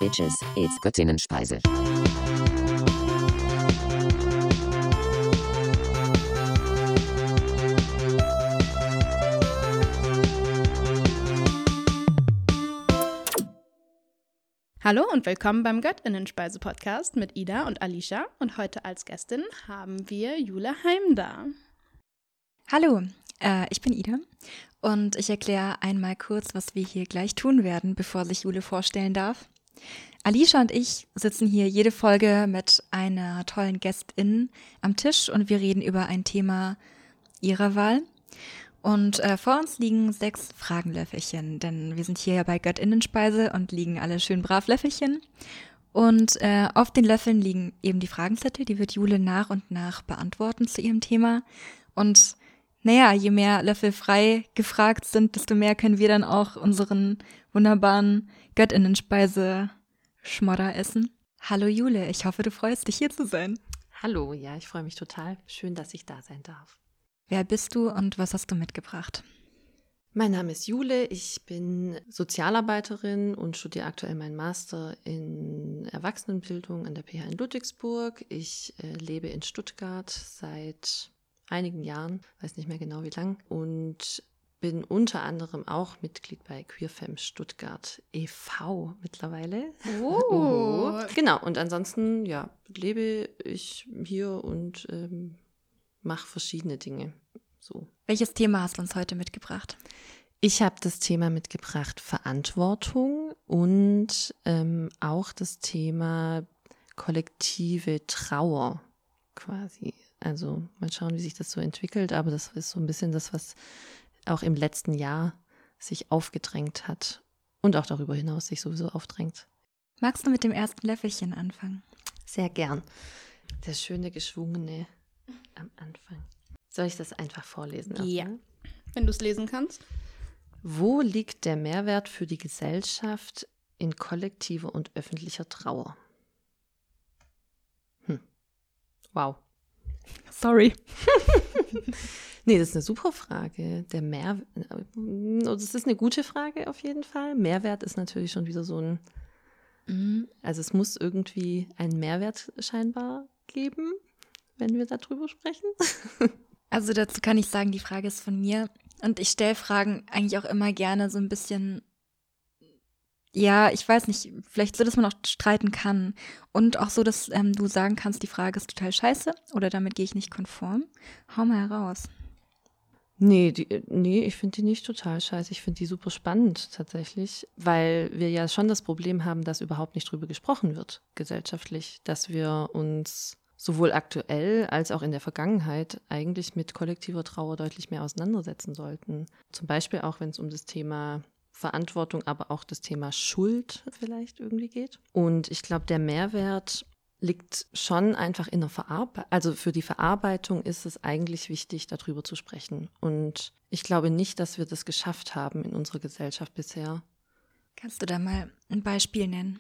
Bitches, it's Göttinnenspeise. Hallo und willkommen beim Göttinnenspeise-Podcast mit Ida und Alicia. Und heute als Gästin haben wir Jule Heim da. Hallo, ich bin Ida und ich erkläre einmal kurz, was wir hier gleich tun werden, bevor sich Jule vorstellen darf. Alicia und ich sitzen hier jede Folge mit einer tollen Gästin am Tisch und wir reden über ein Thema ihrer Wahl. Und vor uns liegen 6 Fragenlöffelchen, denn wir sind hier ja bei Göttinnenspeise und liegen alle schön brav Löffelchen. Und auf den Löffeln liegen eben die Fragenzettel, die wird Jule nach und nach beantworten zu ihrem Thema. Und naja, je mehr Löffel frei gefragt sind, desto mehr können wir dann auch unseren wunderbaren Göttinnenspeise-Schmodder essen. Hallo Jule, ich hoffe, du freust dich, hier zu sein. Hallo, ja, ich freue mich total. Schön, dass ich da sein darf. Wer bist du und was hast du mitgebracht? Mein Name ist Jule, ich bin Sozialarbeiterin und studiere aktuell meinen Master in Erwachsenenbildung an der PH in Ludwigsburg. Ich lebe in Stuttgart seit einigen Jahren, weiß nicht mehr genau wie lang, und bin unter anderem auch Mitglied bei QueerFem Stuttgart e.V. mittlerweile. Oh. Genau, und ansonsten ja, lebe ich hier und mache verschiedene Dinge. So. Welches Thema hast du uns heute mitgebracht? Ich habe das Thema mitgebracht Verantwortung und auch das Thema kollektive Trauer quasi. Also mal schauen, wie sich das so entwickelt, aber das ist so ein bisschen das, was auch im letzten Jahr sich aufgedrängt hat und auch darüber hinaus sich sowieso aufdrängt. Magst du mit dem ersten Löffelchen anfangen? Sehr gern. Das schöne Geschwungene am Anfang. Soll ich das einfach vorlesen? Ja, wenn du es lesen kannst. Wo liegt der Mehrwert für die Gesellschaft in kollektiver und öffentlicher Trauer? Wow. Sorry. Nee, das ist eine super Frage. Das ist eine gute Frage auf jeden Fall. Mehrwert ist natürlich schon wieder so ein, also es muss irgendwie einen Mehrwert scheinbar geben, wenn wir darüber sprechen. Also dazu kann ich sagen, die Frage ist von mir. Und ich stelle Fragen eigentlich auch immer gerne so ein bisschen, ja, ich weiß nicht, vielleicht so, dass man auch streiten kann. Und auch so, dass du sagen kannst, die Frage ist total scheiße oder damit gehe ich nicht konform. Hau mal heraus. Nee, ich finde die nicht total scheiße. Ich finde die super spannend tatsächlich, weil wir ja schon das Problem haben, dass überhaupt nicht drüber gesprochen wird gesellschaftlich, dass wir uns sowohl aktuell als auch in der Vergangenheit eigentlich mit kollektiver Trauer deutlich mehr auseinandersetzen sollten. Zum Beispiel auch, wenn es um das Thema Verantwortung, aber auch das Thema Schuld vielleicht irgendwie geht. Und ich glaube, der Mehrwert liegt schon einfach in der Verarbeitung. Also für die Verarbeitung ist es eigentlich wichtig, darüber zu sprechen. Und ich glaube nicht, dass wir das geschafft haben in unserer Gesellschaft bisher. Kannst du da mal ein Beispiel nennen?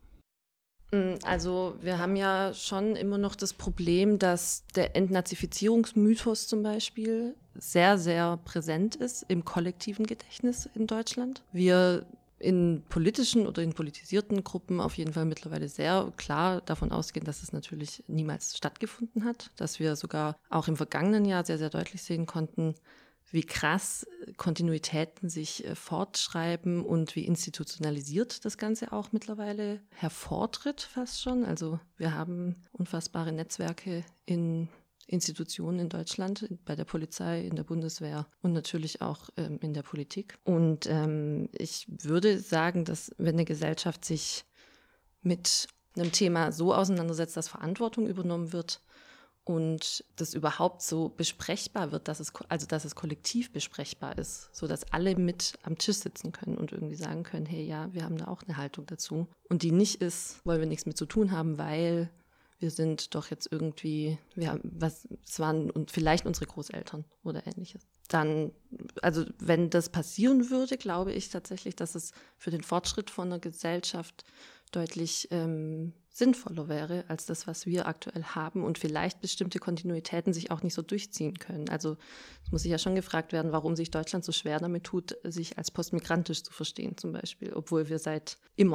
Also wir haben ja schon immer noch das Problem, dass der Entnazifizierungsmythos zum Beispiel sehr, sehr präsent ist im kollektiven Gedächtnis in Deutschland. Wir in politischen oder in politisierten Gruppen auf jeden Fall mittlerweile sehr klar davon ausgehen, dass es natürlich niemals stattgefunden hat, dass wir sogar auch im vergangenen Jahr sehr, sehr deutlich sehen konnten, wie krass Kontinuitäten sich fortschreiben und wie institutionalisiert das Ganze auch mittlerweile hervortritt fast schon. Also wir haben unfassbare Netzwerke in Institutionen in Deutschland, bei der Polizei, in der Bundeswehr und natürlich auch in der Politik. Und ich würde sagen, dass wenn eine Gesellschaft sich mit einem Thema so auseinandersetzt, dass Verantwortung übernommen wird und das überhaupt so besprechbar wird, dass es kollektiv besprechbar ist, sodass alle mit am Tisch sitzen können und irgendwie sagen können, hey, ja, wir haben da auch eine Haltung dazu. Und die nicht ist, weil wir nichts mit zu tun haben, weil wir sind doch jetzt irgendwie, es waren und vielleicht unsere Großeltern oder Ähnliches. Dann, also wenn das passieren würde, glaube ich tatsächlich, dass es für den Fortschritt von einer Gesellschaft deutlich sinnvoller wäre als das, was wir aktuell haben und vielleicht bestimmte Kontinuitäten sich auch nicht so durchziehen können. Also es muss sich ja schon gefragt werden, warum sich Deutschland so schwer damit tut, sich als postmigrantisch zu verstehen zum Beispiel, obwohl wir seit immer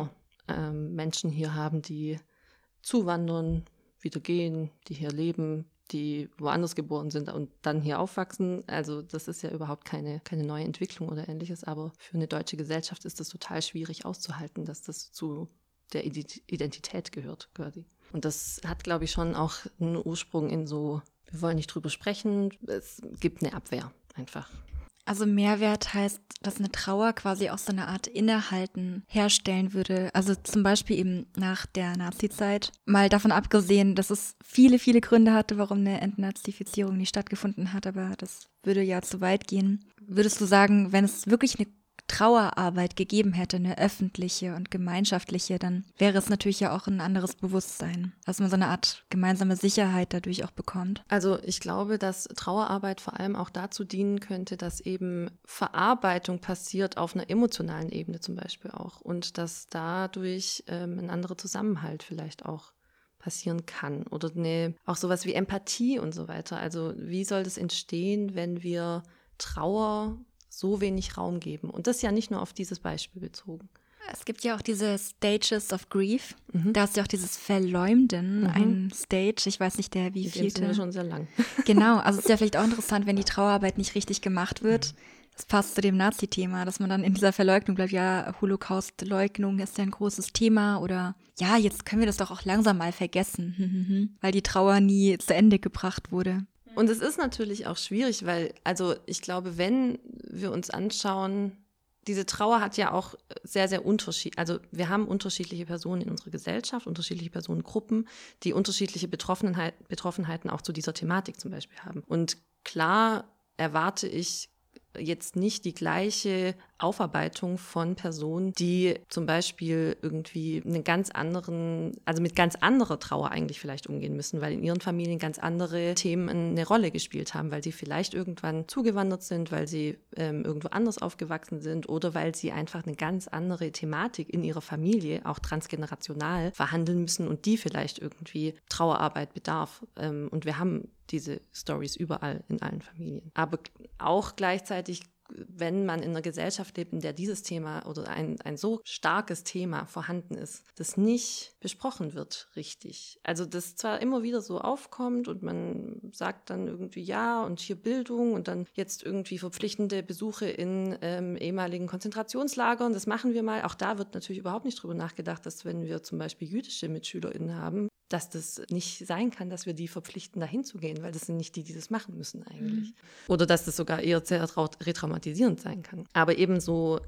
Menschen hier haben, die zuwandern, wieder gehen, die hier leben, die woanders geboren sind und dann hier aufwachsen. Also das ist ja überhaupt keine neue Entwicklung oder Ähnliches, aber für eine deutsche Gesellschaft ist das total schwierig auszuhalten, dass das zu der Identität gehört quasi. Und das hat, glaube ich, schon auch einen Ursprung in so, wir wollen nicht drüber sprechen, es gibt eine Abwehr einfach. Also Mehrwert heißt, dass eine Trauer quasi auch so eine Art Innehalten herstellen würde. Also zum Beispiel eben nach der Nazi-Zeit. Mal davon abgesehen, dass es viele, viele Gründe hatte, warum eine Entnazifizierung nicht stattgefunden hat, aber das würde ja zu weit gehen. Würdest du sagen, wenn es wirklich eine Trauerarbeit gegeben hätte, eine öffentliche und gemeinschaftliche, dann wäre es natürlich ja auch ein anderes Bewusstsein, dass man so eine Art gemeinsame Sicherheit dadurch auch bekommt. Also ich glaube, dass Trauerarbeit vor allem auch dazu dienen könnte, dass eben Verarbeitung passiert auf einer emotionalen Ebene zum Beispiel auch und dass dadurch ein anderer Zusammenhalt vielleicht auch passieren kann oder auch sowas wie Empathie und so weiter. Also wie soll das entstehen, wenn wir Trauer so wenig Raum geben? Und das ja nicht nur auf dieses Beispiel bezogen. Es gibt ja auch diese Stages of Grief. Da ist ja auch dieses Verleumden, ein Stage, ich weiß nicht, der wievielte. Den sind wir schon sehr lang. Genau, also es ist ja vielleicht auch interessant, wenn die Trauerarbeit nicht richtig gemacht wird. Das passt zu dem Nazi-Thema, dass man dann in dieser Verleugnung bleibt, ja, Holocaust-Leugnung ist ja ein großes Thema oder ja, jetzt können wir das doch auch langsam mal vergessen, weil die Trauer nie zu Ende gebracht wurde. Und es ist natürlich auch schwierig, weil, also ich glaube, wenn wir uns anschauen, diese Trauer hat ja auch sehr, sehr also wir haben unterschiedliche Personen in unserer Gesellschaft, unterschiedliche Personengruppen, die unterschiedliche Betroffenheiten auch zu dieser Thematik zum Beispiel haben. Und klar erwarte ich jetzt nicht die gleiche Aufarbeitung von Personen, die zum Beispiel irgendwie einen ganz anderen, also mit ganz anderer Trauer eigentlich vielleicht umgehen müssen, weil in ihren Familien ganz andere Themen eine Rolle gespielt haben, weil sie vielleicht irgendwann zugewandert sind, weil sie irgendwo anders aufgewachsen sind oder weil sie einfach eine ganz andere Thematik in ihrer Familie, auch transgenerational, verhandeln müssen und die vielleicht irgendwie Trauerarbeit bedarf. Und wir haben diese Stories überall in allen Familien. Aber auch gleichzeitig, wenn man in einer Gesellschaft lebt, in der dieses Thema oder ein so starkes Thema vorhanden ist, das nicht besprochen wird richtig. Also das zwar immer wieder so aufkommt und man sagt dann irgendwie ja und hier Bildung und dann jetzt irgendwie verpflichtende Besuche in ehemaligen Konzentrationslagern, das machen wir mal. Auch da wird natürlich überhaupt nicht drüber nachgedacht, dass wenn wir zum Beispiel jüdische MitschülerInnen haben, dass das nicht sein kann, dass wir die verpflichten, dahin zu gehen, weil das sind nicht die, die das machen müssen eigentlich. Oder dass das sogar eher sehr retraumatisierend sein kann. Aber ebenso,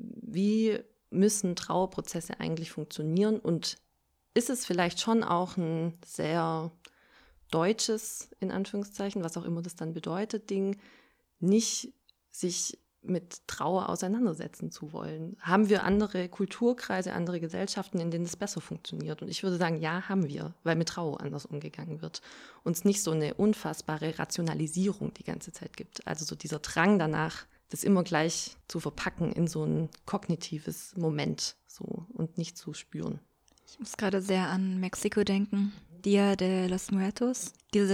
wie müssen Trauerprozesse eigentlich funktionieren und ist es vielleicht schon auch ein sehr deutsches, in Anführungszeichen, was auch immer das dann bedeutet, Ding, nicht sich mit Trauer auseinandersetzen zu wollen. Haben wir andere Kulturkreise, andere Gesellschaften, in denen es besser funktioniert? Und ich würde sagen, ja, haben wir, weil mit Trauer anders umgegangen wird. Uns nicht so eine unfassbare Rationalisierung die ganze Zeit gibt. Also so dieser Drang danach, das immer gleich zu verpacken in so ein kognitives Moment so und nicht zu spüren. Ich muss gerade sehr an Mexiko denken. Dia de los Muertos.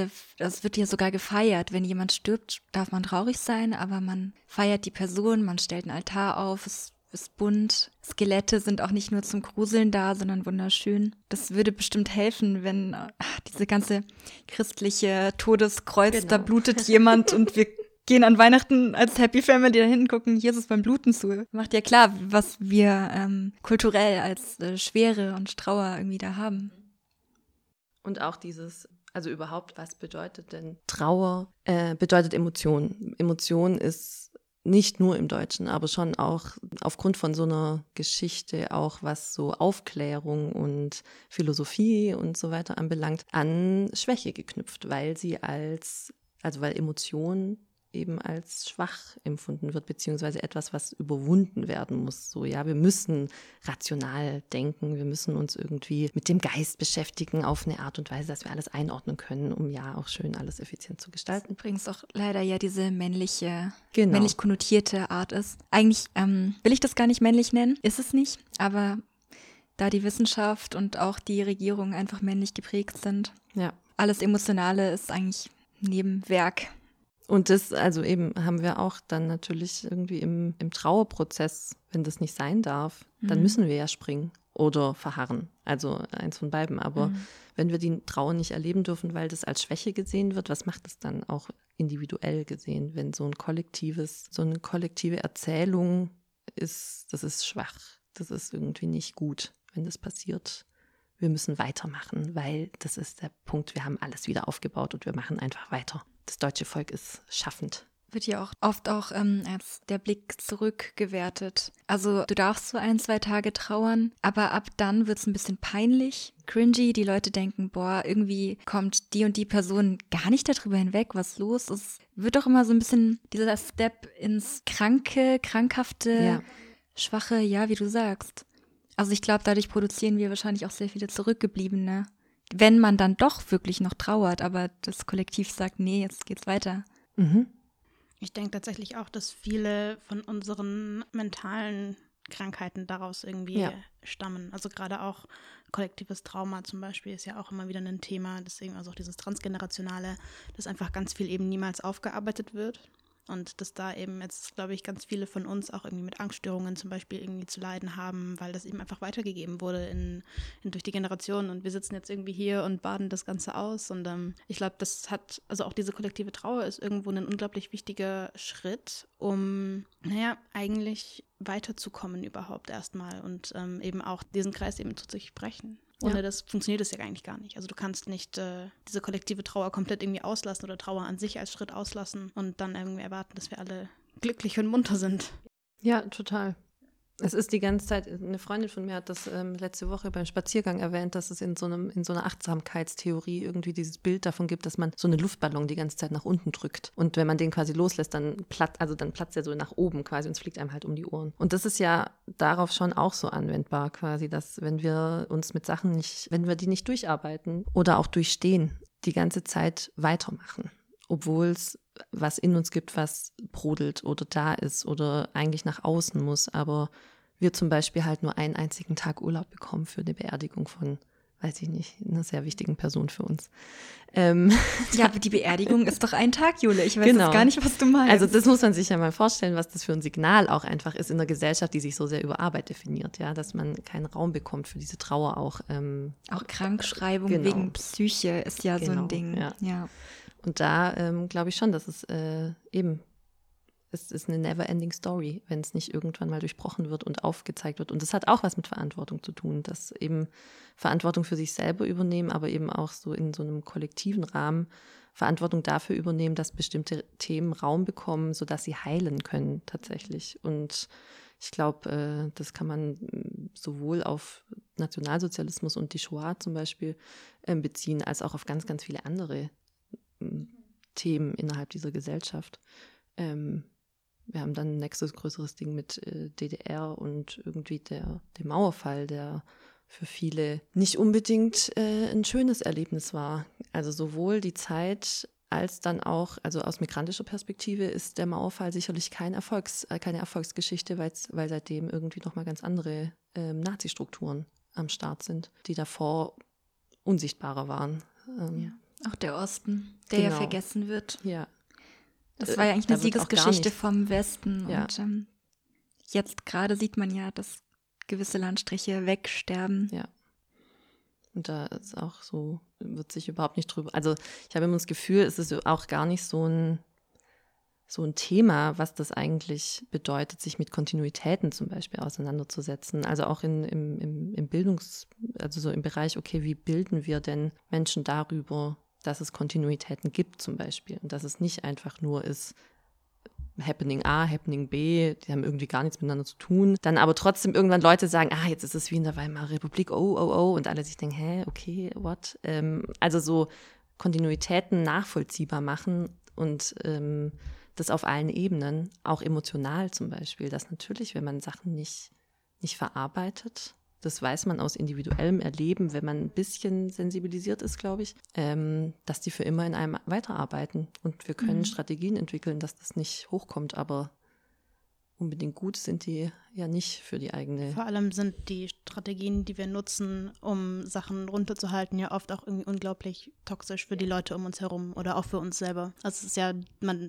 Das wird ja sogar gefeiert. Wenn jemand stirbt, darf man traurig sein, aber man feiert die Person, man stellt einen Altar auf, es ist bunt. Skelette sind auch nicht nur zum Gruseln da, sondern wunderschön. Das würde bestimmt helfen, wenn diese ganze christliche Todeskreuz, da blutet jemand und wir gehen an Weihnachten als Happy Family da hinten, gucken Jesus beim Bluten zu. Macht ja klar, was wir kulturell als Schwere und Trauer irgendwie da haben. Und auch dieses, also überhaupt, was bedeutet denn Trauer? Bedeutet Emotion. Emotion ist nicht nur im Deutschen, aber schon auch aufgrund von so einer Geschichte, auch was so Aufklärung und Philosophie und so weiter anbelangt, an Schwäche geknüpft, weil weil Emotion eben als schwach empfunden wird, beziehungsweise etwas, was überwunden werden muss. So, ja, wir müssen rational denken, wir müssen uns irgendwie mit dem Geist beschäftigen auf eine Art und Weise, dass wir alles einordnen können, um ja auch schön alles effizient zu gestalten. Übrigens auch leider ja diese männlich konnotierte Art ist. Eigentlich will ich das gar nicht männlich nennen, ist es nicht, aber da die Wissenschaft und auch die Regierung einfach männlich geprägt sind, alles Emotionale ist eigentlich Nebenwerk. Und das, also eben, haben wir auch dann natürlich irgendwie im Trauerprozess, wenn das nicht sein darf, dann müssen wir ja springen. oder verharren. Also eins von beiden. Aber wenn wir die Trauer nicht erleben dürfen, weil das als Schwäche gesehen wird, was macht es dann auch individuell gesehen, wenn so eine kollektive Erzählung ist, das ist schwach, das ist irgendwie nicht gut, wenn das passiert. Wir müssen weitermachen, weil das ist der Punkt, wir haben alles wieder aufgebaut und wir machen einfach weiter. Das deutsche Volk ist schaffend. Wird ja auch oft als der Blick zurück gewertet. Also du darfst so 1-2 Tage trauern, aber ab dann wird es ein bisschen peinlich, cringy. Die Leute denken, boah, irgendwie kommt die und die Person gar nicht darüber hinweg, was los ist. Wird doch immer so ein bisschen dieser Step ins krankhafte, schwache, ja, wie du sagst. Also ich glaube, dadurch produzieren wir wahrscheinlich auch sehr viele Zurückgebliebene. Wenn man dann doch wirklich noch trauert, aber das Kollektiv sagt, nee, jetzt geht's weiter. Mhm. Ich denke tatsächlich auch, dass viele von unseren mentalen Krankheiten daraus irgendwie stammen. Also gerade auch kollektives Trauma zum Beispiel ist ja auch immer wieder ein Thema. Deswegen also auch dieses Transgenerationale, dass einfach ganz viel eben niemals aufgearbeitet wird. Und dass da eben jetzt, glaube ich, ganz viele von uns auch irgendwie mit Angststörungen zum Beispiel irgendwie zu leiden haben, weil das eben einfach weitergegeben wurde durch die Generationen. Und wir sitzen jetzt irgendwie hier und baden das Ganze aus. Und ich glaube, also auch diese kollektive Trauer ist irgendwo ein unglaublich wichtiger Schritt, um, eigentlich weiterzukommen überhaupt erstmal und eben auch diesen Kreis eben zu durchbrechen. Ohne das funktioniert es ja eigentlich gar nicht. Also du kannst nicht diese kollektive Trauer komplett irgendwie auslassen oder Trauer an sich als Schritt auslassen und dann irgendwie erwarten, dass wir alle glücklich und munter sind. Ja, total. Es ist die ganze Zeit, eine Freundin von mir hat das letzte Woche beim Spaziergang erwähnt, dass es in so einer Achtsamkeitstheorie irgendwie dieses Bild davon gibt, dass man so einen Luftballon die ganze Zeit nach unten drückt. Und wenn man den quasi loslässt, dann platzt er so nach oben quasi und es fliegt einem halt um die Ohren. Und das ist ja darauf schon auch so anwendbar quasi, dass wenn wir uns mit Sachen wenn wir die nicht durcharbeiten oder auch durchstehen, die ganze Zeit weitermachen. Obwohl es was in uns gibt, was brodelt oder da ist oder eigentlich nach außen muss, aber wir zum Beispiel halt nur einen einzigen Tag Urlaub bekommen für eine Beerdigung von, weiß ich nicht, einer sehr wichtigen Person für uns. Ja, aber die Beerdigung ist doch ein Tag, Jule. Ich weiß jetzt gar nicht, was du meinst. Also das muss man sich ja mal vorstellen, was das für ein Signal auch einfach ist in einer Gesellschaft, die sich so sehr über Arbeit definiert, ja, dass man keinen Raum bekommt für diese Trauer auch. Auch Krankschreibung wegen Psyche ist ja so ein Ding. Ja. Und da glaube ich schon, dass es es ist eine never-ending Story, wenn es nicht irgendwann mal durchbrochen wird und aufgezeigt wird. Und das hat auch was mit Verantwortung zu tun, dass eben Verantwortung für sich selber übernehmen, aber eben auch so in so einem kollektiven Rahmen Verantwortung dafür übernehmen, dass bestimmte Themen Raum bekommen, sodass sie heilen können tatsächlich. Und ich glaube, das kann man sowohl auf Nationalsozialismus und die Shoah zum Beispiel beziehen, als auch auf ganz, ganz viele andere Themen innerhalb dieser Gesellschaft. Wir haben dann ein nächstes größeres Ding mit DDR und irgendwie der Mauerfall, der für viele nicht unbedingt ein schönes Erlebnis war. Also sowohl die Zeit als dann auch, also aus migrantischer Perspektive ist der Mauerfall sicherlich keine Erfolgsgeschichte, weil seitdem irgendwie nochmal ganz andere Nazi-Strukturen am Start sind, die davor unsichtbarer waren. Auch der Osten, der ja vergessen wird. Ja. Das war ja eigentlich eine Siegesgeschichte vom Westen. Ja. Und jetzt gerade sieht man ja, dass gewisse Landstriche wegsterben. Ja. Und da ist auch so, wird sich überhaupt nicht drüber, also ich habe immer das Gefühl, es ist auch gar nicht so ein Thema, was das eigentlich bedeutet, sich mit Kontinuitäten zum Beispiel auseinanderzusetzen. Also auch im also so im Bereich, okay, wie bilden wir denn Menschen darüber, dass es Kontinuitäten gibt zum Beispiel und dass es nicht einfach nur ist, Happening A, Happening B, die haben irgendwie gar nichts miteinander zu tun. Dann aber trotzdem irgendwann Leute sagen, jetzt ist es wie in der Weimarer Republik, oh, und alle sich denken, okay, what? Also so Kontinuitäten nachvollziehbar machen und das auf allen Ebenen, auch emotional zum Beispiel, dass natürlich, wenn man Sachen nicht verarbeitet, das weiß man aus individuellem Erleben, wenn man ein bisschen sensibilisiert ist, glaube ich, dass die für immer in einem weiterarbeiten. Und wir können Strategien entwickeln, dass das nicht hochkommt, aber unbedingt gut sind die ja nicht für die eigene. Vor allem sind die Strategien, die wir nutzen, um Sachen runterzuhalten, ja oft auch irgendwie unglaublich toxisch für die Leute um uns herum oder auch für uns selber. Also es ist ja, man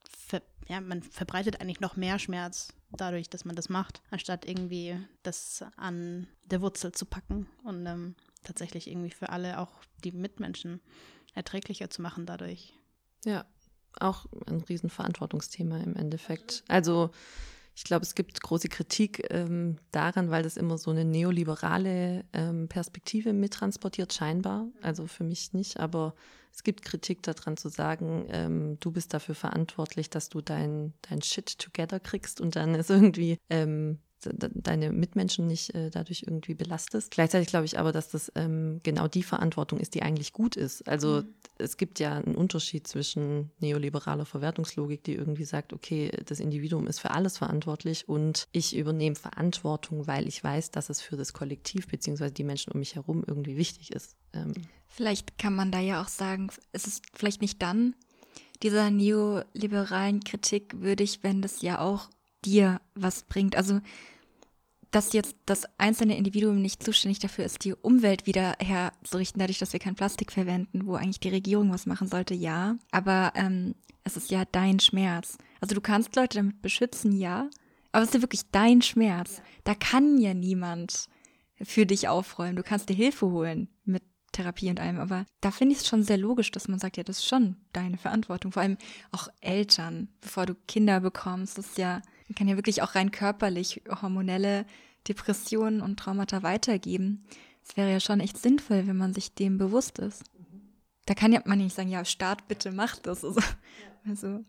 man verbreitet eigentlich noch mehr Schmerz dadurch, dass man das macht, anstatt irgendwie das an der Wurzel zu packen und tatsächlich irgendwie für alle, auch die Mitmenschen, erträglicher zu machen dadurch. Ja, auch ein Riesenverantwortungsthema im Endeffekt. Also ich glaube, es gibt große Kritik daran, weil das immer so eine neoliberale Perspektive mittransportiert, scheinbar. Also für mich nicht, aber es gibt Kritik daran zu sagen, du bist dafür verantwortlich, dass du dein Shit together kriegst und dann ist irgendwie deine Mitmenschen nicht dadurch irgendwie belastest. Gleichzeitig glaube ich aber, dass das genau die Verantwortung ist, die eigentlich gut ist. Also es gibt ja einen Unterschied zwischen neoliberaler Verwertungslogik, die irgendwie sagt, okay, das Individuum ist für alles verantwortlich und ich übernehme Verantwortung, weil ich weiß, dass es für das Kollektiv bzw. die Menschen um mich herum irgendwie wichtig ist. Vielleicht kann man da ja auch sagen, es ist vielleicht nicht dann dieser neoliberalen Kritik würdig, wenn das ja auch dir was bringt. Also, dass jetzt das einzelne Individuum nicht zuständig dafür ist, die Umwelt wieder herzurichten, dadurch, dass wir kein Plastik verwenden, wo eigentlich die Regierung was machen sollte, ja. Aber es ist ja dein Schmerz. Also du kannst Leute damit beschützen, ja. Aber es ist ja wirklich dein Schmerz. Da kann ja niemand für dich aufräumen. Du kannst dir Hilfe holen mit Therapie und allem, aber da finde ich es schon sehr logisch, dass man sagt, ja, das ist schon deine Verantwortung. Vor allem auch Eltern, bevor du Kinder bekommst, das ist ja, man kann ja wirklich auch rein körperlich hormonelle Depressionen und Traumata weitergeben. Es wäre ja schon echt sinnvoll, wenn man sich dem bewusst ist. Da kann ja man nicht sagen, ja, Staat, bitte macht das. Also.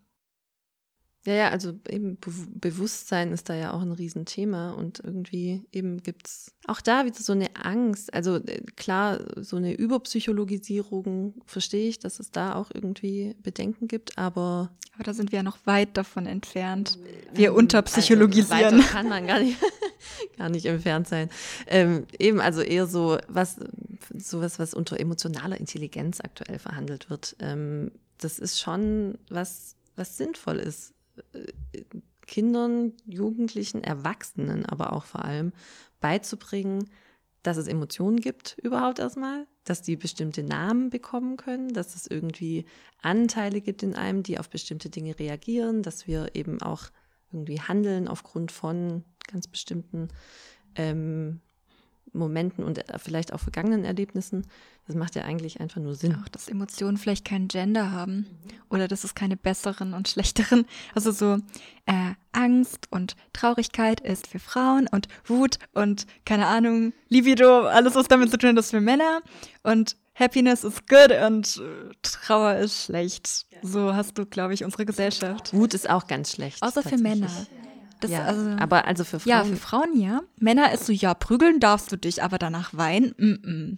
Ja, also eben Bewusstsein ist da ja auch ein Riesenthema und irgendwie eben gibt's auch da wieder so eine Angst. Also klar, so eine Überpsychologisierung verstehe ich, dass es da auch irgendwie Bedenken gibt, aber da sind wir ja noch weit davon entfernt. Wir unterpsychologisieren. Also weiter kann man gar nicht entfernt sein. Eben, also eher sowas, was unter emotionaler Intelligenz aktuell verhandelt wird. Das ist schon was sinnvoll ist. Kindern, Jugendlichen, Erwachsenen aber auch vor allem beizubringen, dass es Emotionen gibt überhaupt erstmal, dass die bestimmte Namen bekommen können, dass es irgendwie Anteile gibt in einem, die auf bestimmte Dinge reagieren, dass wir eben auch irgendwie handeln aufgrund von ganz bestimmten Momenten und vielleicht auch vergangenen Erlebnissen. Das macht ja eigentlich einfach nur Sinn. Auch, dass Emotionen vielleicht kein Gender haben oder dass es keine besseren und schlechteren, also so Angst und Traurigkeit ist für Frauen und Wut und keine Ahnung, Libido, alles was damit zu tun hat, ist für Männer und Happiness ist good und Trauer ist schlecht. So hast du, glaube ich, unsere Gesellschaft. Wut ist auch ganz schlecht. Außer für Männer. Das, ja, also, aber also für Frauen. Ja, für Frauen ja. Männer ist so, ja, prügeln darfst du dich, aber danach weinen,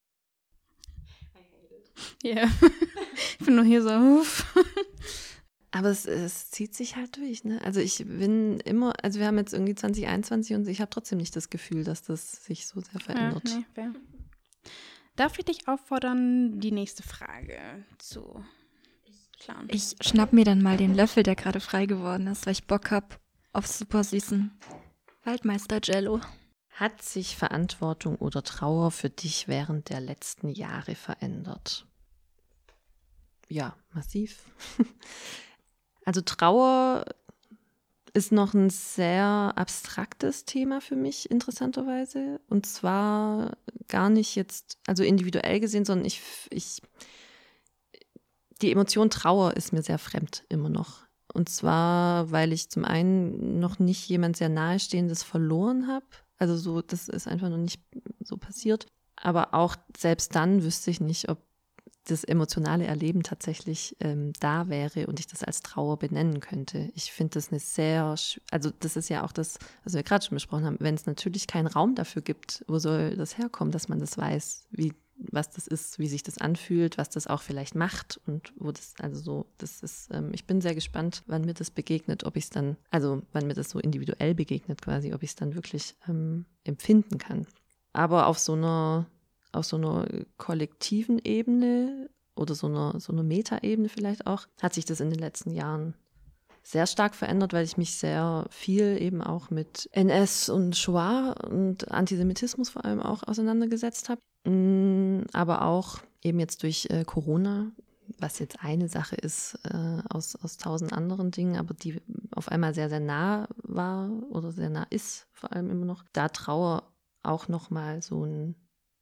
Ja, ich bin nur hier so, Aber es zieht sich halt durch, ne? Also ich bin immer, also wir haben jetzt irgendwie 2021 und ich habe trotzdem nicht das Gefühl, dass das sich so sehr verändert. Ja, nee, fair. Darf ich dich auffordern, die nächste Frage zu klauen? Ich schnapp mir dann mal den Löffel, der gerade frei geworden ist, weil ich Bock hab auf super süßen Waldmeister Jello. Hat sich Verantwortung oder Trauer für dich während der letzten Jahre verändert? Ja, massiv. Also Trauer ist noch ein sehr abstraktes Thema für mich, interessanterweise. Und zwar gar nicht jetzt, also individuell gesehen, sondern die Emotion Trauer ist mir sehr fremd immer noch. Und zwar, weil ich zum einen noch nicht jemand sehr Nahestehendes verloren habe. Also so, das ist einfach noch nicht so passiert. Aber auch selbst dann wüsste ich nicht, ob das emotionale Erleben tatsächlich da wäre und ich das als Trauer benennen könnte. Ich finde das also das ist ja auch das, was wir gerade schon besprochen haben, wenn es natürlich keinen Raum dafür gibt, wo soll das herkommen, dass man das weiß, was das ist, wie sich das anfühlt, was das auch vielleicht macht und wo das, also so, das ist, ich bin sehr gespannt, wann mir das begegnet, ob ich es dann, also wann mir das so individuell begegnet quasi, ob ich es dann wirklich empfinden kann. Aber auf so einer kollektiven Ebene oder so einer Metaebene vielleicht auch, hat sich das in den letzten Jahren sehr stark verändert, weil ich mich sehr viel eben auch mit NS und Shoah und Antisemitismus vor allem auch auseinandergesetzt habe. Aber auch eben jetzt durch Corona was jetzt eine Sache ist aus 1000 anderen Dingen, aber die auf einmal sehr, sehr nah war oder sehr nah ist, vor allem immer noch, da Trauer auch nochmal so ein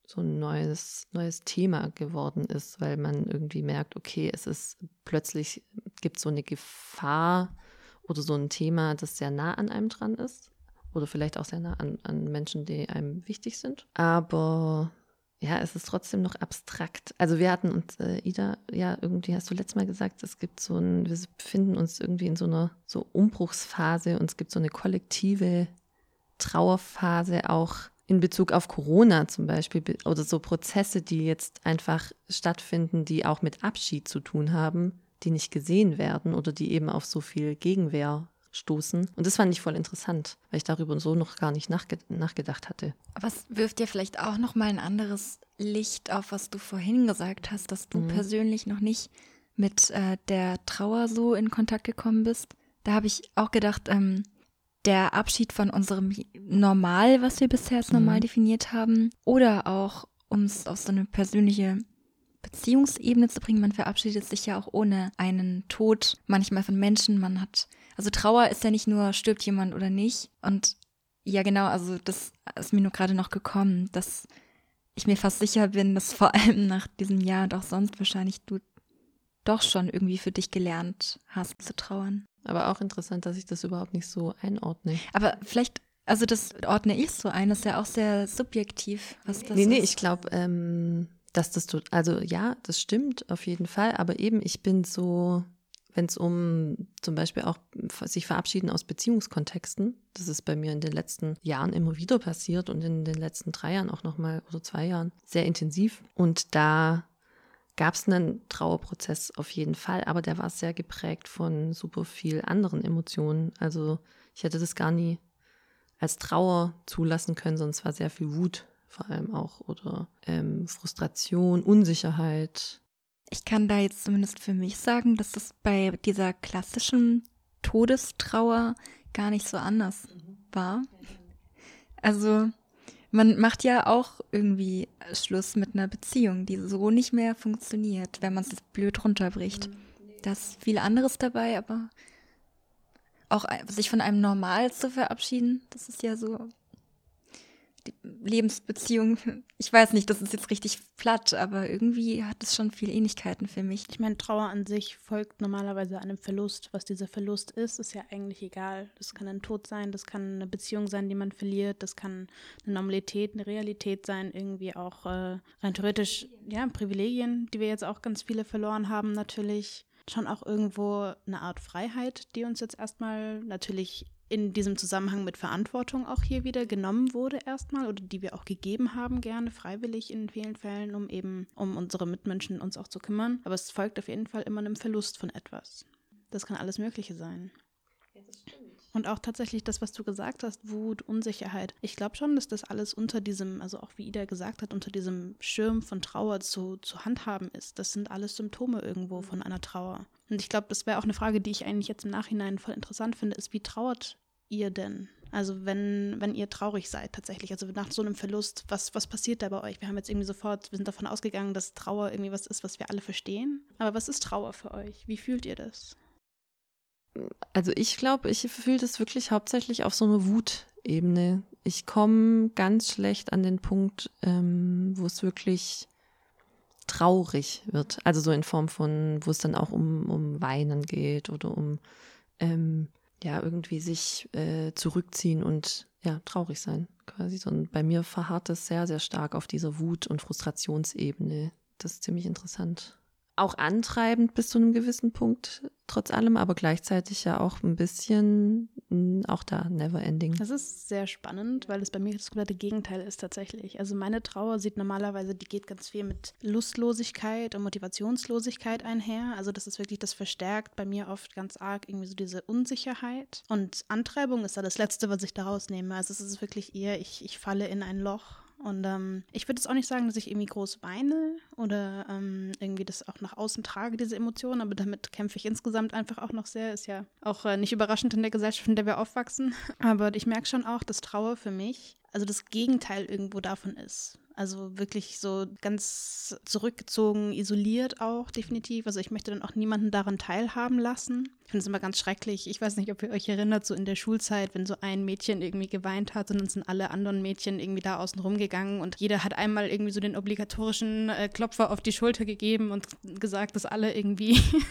neues Thema geworden ist, weil man irgendwie merkt, okay, plötzlich gibt es so eine Gefahr oder so ein Thema, das sehr nah an einem dran ist oder vielleicht auch sehr nah an Menschen, die einem wichtig sind. Aber ja, es ist trotzdem noch abstrakt. Also wir hatten uns, Ida, ja, irgendwie hast du letztes Mal gesagt, wir befinden uns irgendwie in so einer Umbruchsphase und es gibt so eine kollektive Trauerphase auch in Bezug auf Corona zum Beispiel oder so Prozesse, die jetzt einfach stattfinden, die auch mit Abschied zu tun haben, die nicht gesehen werden oder die eben auf so viel Gegenwehr stoßen. Und das fand ich voll interessant, weil ich darüber so noch gar nicht nachgedacht hatte. Aber es wirft ja vielleicht auch noch mal ein anderes Licht auf, was du vorhin gesagt hast, dass du persönlich noch nicht mit der Trauer so in Kontakt gekommen bist. Da habe ich auch gedacht, der Abschied von unserem Normal, was wir bisher als normal definiert haben, oder auch, um es auf so eine persönliche Beziehungsebene zu bringen, man verabschiedet sich ja auch ohne einen Tod, manchmal von Menschen, also Trauer ist ja nicht nur, stirbt jemand oder nicht. Und ja genau, also das ist mir nur gerade noch gekommen, dass ich mir fast sicher bin, dass vor allem nach diesem Jahr und auch sonst wahrscheinlich du doch schon irgendwie für dich gelernt hast zu trauern. Aber auch interessant, dass ich das überhaupt nicht so einordne. Aber vielleicht, also das ordne ich so ein, das ist ja auch sehr subjektiv, was das ist. Nee, ich glaube, dass also ja, das stimmt auf jeden Fall, aber eben ich bin so, wenn es um zum Beispiel auch sich verabschieden aus Beziehungskontexten, das ist bei mir in den letzten Jahren immer wieder passiert und in den letzten 3 Jahren auch nochmal oder 2 Jahren sehr intensiv und da gab es einen Trauerprozess auf jeden Fall, aber der war sehr geprägt von super viel anderen Emotionen. Also ich hätte das gar nie als Trauer zulassen können, sondern es war sehr viel Wut vor allem auch oder Frustration, Unsicherheit. Ich kann da jetzt zumindest für mich sagen, dass das bei dieser klassischen Todestrauer gar nicht so anders war. Also man macht ja auch irgendwie Schluss mit einer Beziehung, die so nicht mehr funktioniert, wenn man es blöd runterbricht. Da ist viel anderes dabei, aber auch sich von einem Normal zu verabschieden, das ist ja so die Lebensbeziehung. Ich weiß nicht, das ist jetzt richtig platt, aber irgendwie hat es schon viel Ähnlichkeiten für mich. Ich meine, Trauer an sich folgt normalerweise einem Verlust. Was dieser Verlust ist ja eigentlich egal. Das kann ein Tod sein, das kann eine Beziehung sein, die man verliert, das kann eine Normalität, eine Realität sein, irgendwie auch rein theoretisch, ja, Privilegien, die wir jetzt auch ganz viele verloren haben natürlich. Schon auch irgendwo eine Art Freiheit, die uns jetzt erstmal natürlich in diesem Zusammenhang mit Verantwortung auch hier wieder genommen wurde erstmal oder die wir auch gegeben haben, gerne freiwillig in vielen Fällen, um unsere Mitmenschen uns auch zu kümmern. Aber es folgt auf jeden Fall immer einem Verlust von etwas. Das kann alles Mögliche sein. Ja, das stimmt. Und auch tatsächlich das, was du gesagt hast, Wut, Unsicherheit. Ich glaube schon, dass das alles unter diesem, also auch wie Ida gesagt hat, unter diesem Schirm von Trauer zu handhaben ist. Das sind alles Symptome irgendwo von einer Trauer. Und ich glaube, das wäre auch eine Frage, die ich eigentlich jetzt im Nachhinein voll interessant finde, ist, wie trauert ihr denn? Also wenn ihr traurig seid tatsächlich, also nach so einem Verlust, was passiert da bei euch? Wir haben jetzt irgendwie wir sind davon ausgegangen, dass Trauer irgendwie was ist, was wir alle verstehen. Aber was ist Trauer für euch? Wie fühlt ihr das? Also ich glaube, ich fühle das wirklich hauptsächlich auf so einer Wutebene. Ich komme ganz schlecht an den Punkt, wo es wirklich traurig wird. Also so in Form von, wo es dann auch um Weinen geht oder um irgendwie sich zurückziehen und ja, traurig sein quasi. Und bei mir verharrt es sehr, sehr stark auf dieser Wut- und Frustrationsebene. Das ist ziemlich interessant. Auch antreibend bis zu einem gewissen Punkt, trotz allem, aber gleichzeitig ja auch ein bisschen, auch da, never ending. Das ist sehr spannend, weil es bei mir das komplette Gegenteil ist tatsächlich. Also meine Trauer die geht ganz viel mit Lustlosigkeit und Motivationslosigkeit einher. Also das ist wirklich, das verstärkt bei mir oft ganz arg irgendwie so diese Unsicherheit. Und Antreibung ist da das Letzte, was ich daraus nehme. Also es ist wirklich eher, ich falle in ein Loch. Und ich würde jetzt auch nicht sagen, dass ich irgendwie groß weine oder irgendwie das auch nach außen trage, diese Emotionen, aber damit kämpfe ich insgesamt einfach auch noch sehr. Ist ja auch nicht überraschend in der Gesellschaft, in der wir aufwachsen. Aber ich merke schon auch, dass Trauer für mich also das Gegenteil irgendwo davon ist. Also wirklich so ganz zurückgezogen, isoliert auch definitiv. Also ich möchte dann auch niemanden daran teilhaben lassen. Ich finde es immer ganz schrecklich. Ich weiß nicht, ob ihr euch erinnert, so in der Schulzeit, wenn so ein Mädchen irgendwie geweint hat und dann sind alle anderen Mädchen irgendwie da außen rumgegangen und jeder hat einmal irgendwie so den obligatorischen Klopfer auf die Schulter gegeben und gesagt, dass alle irgendwie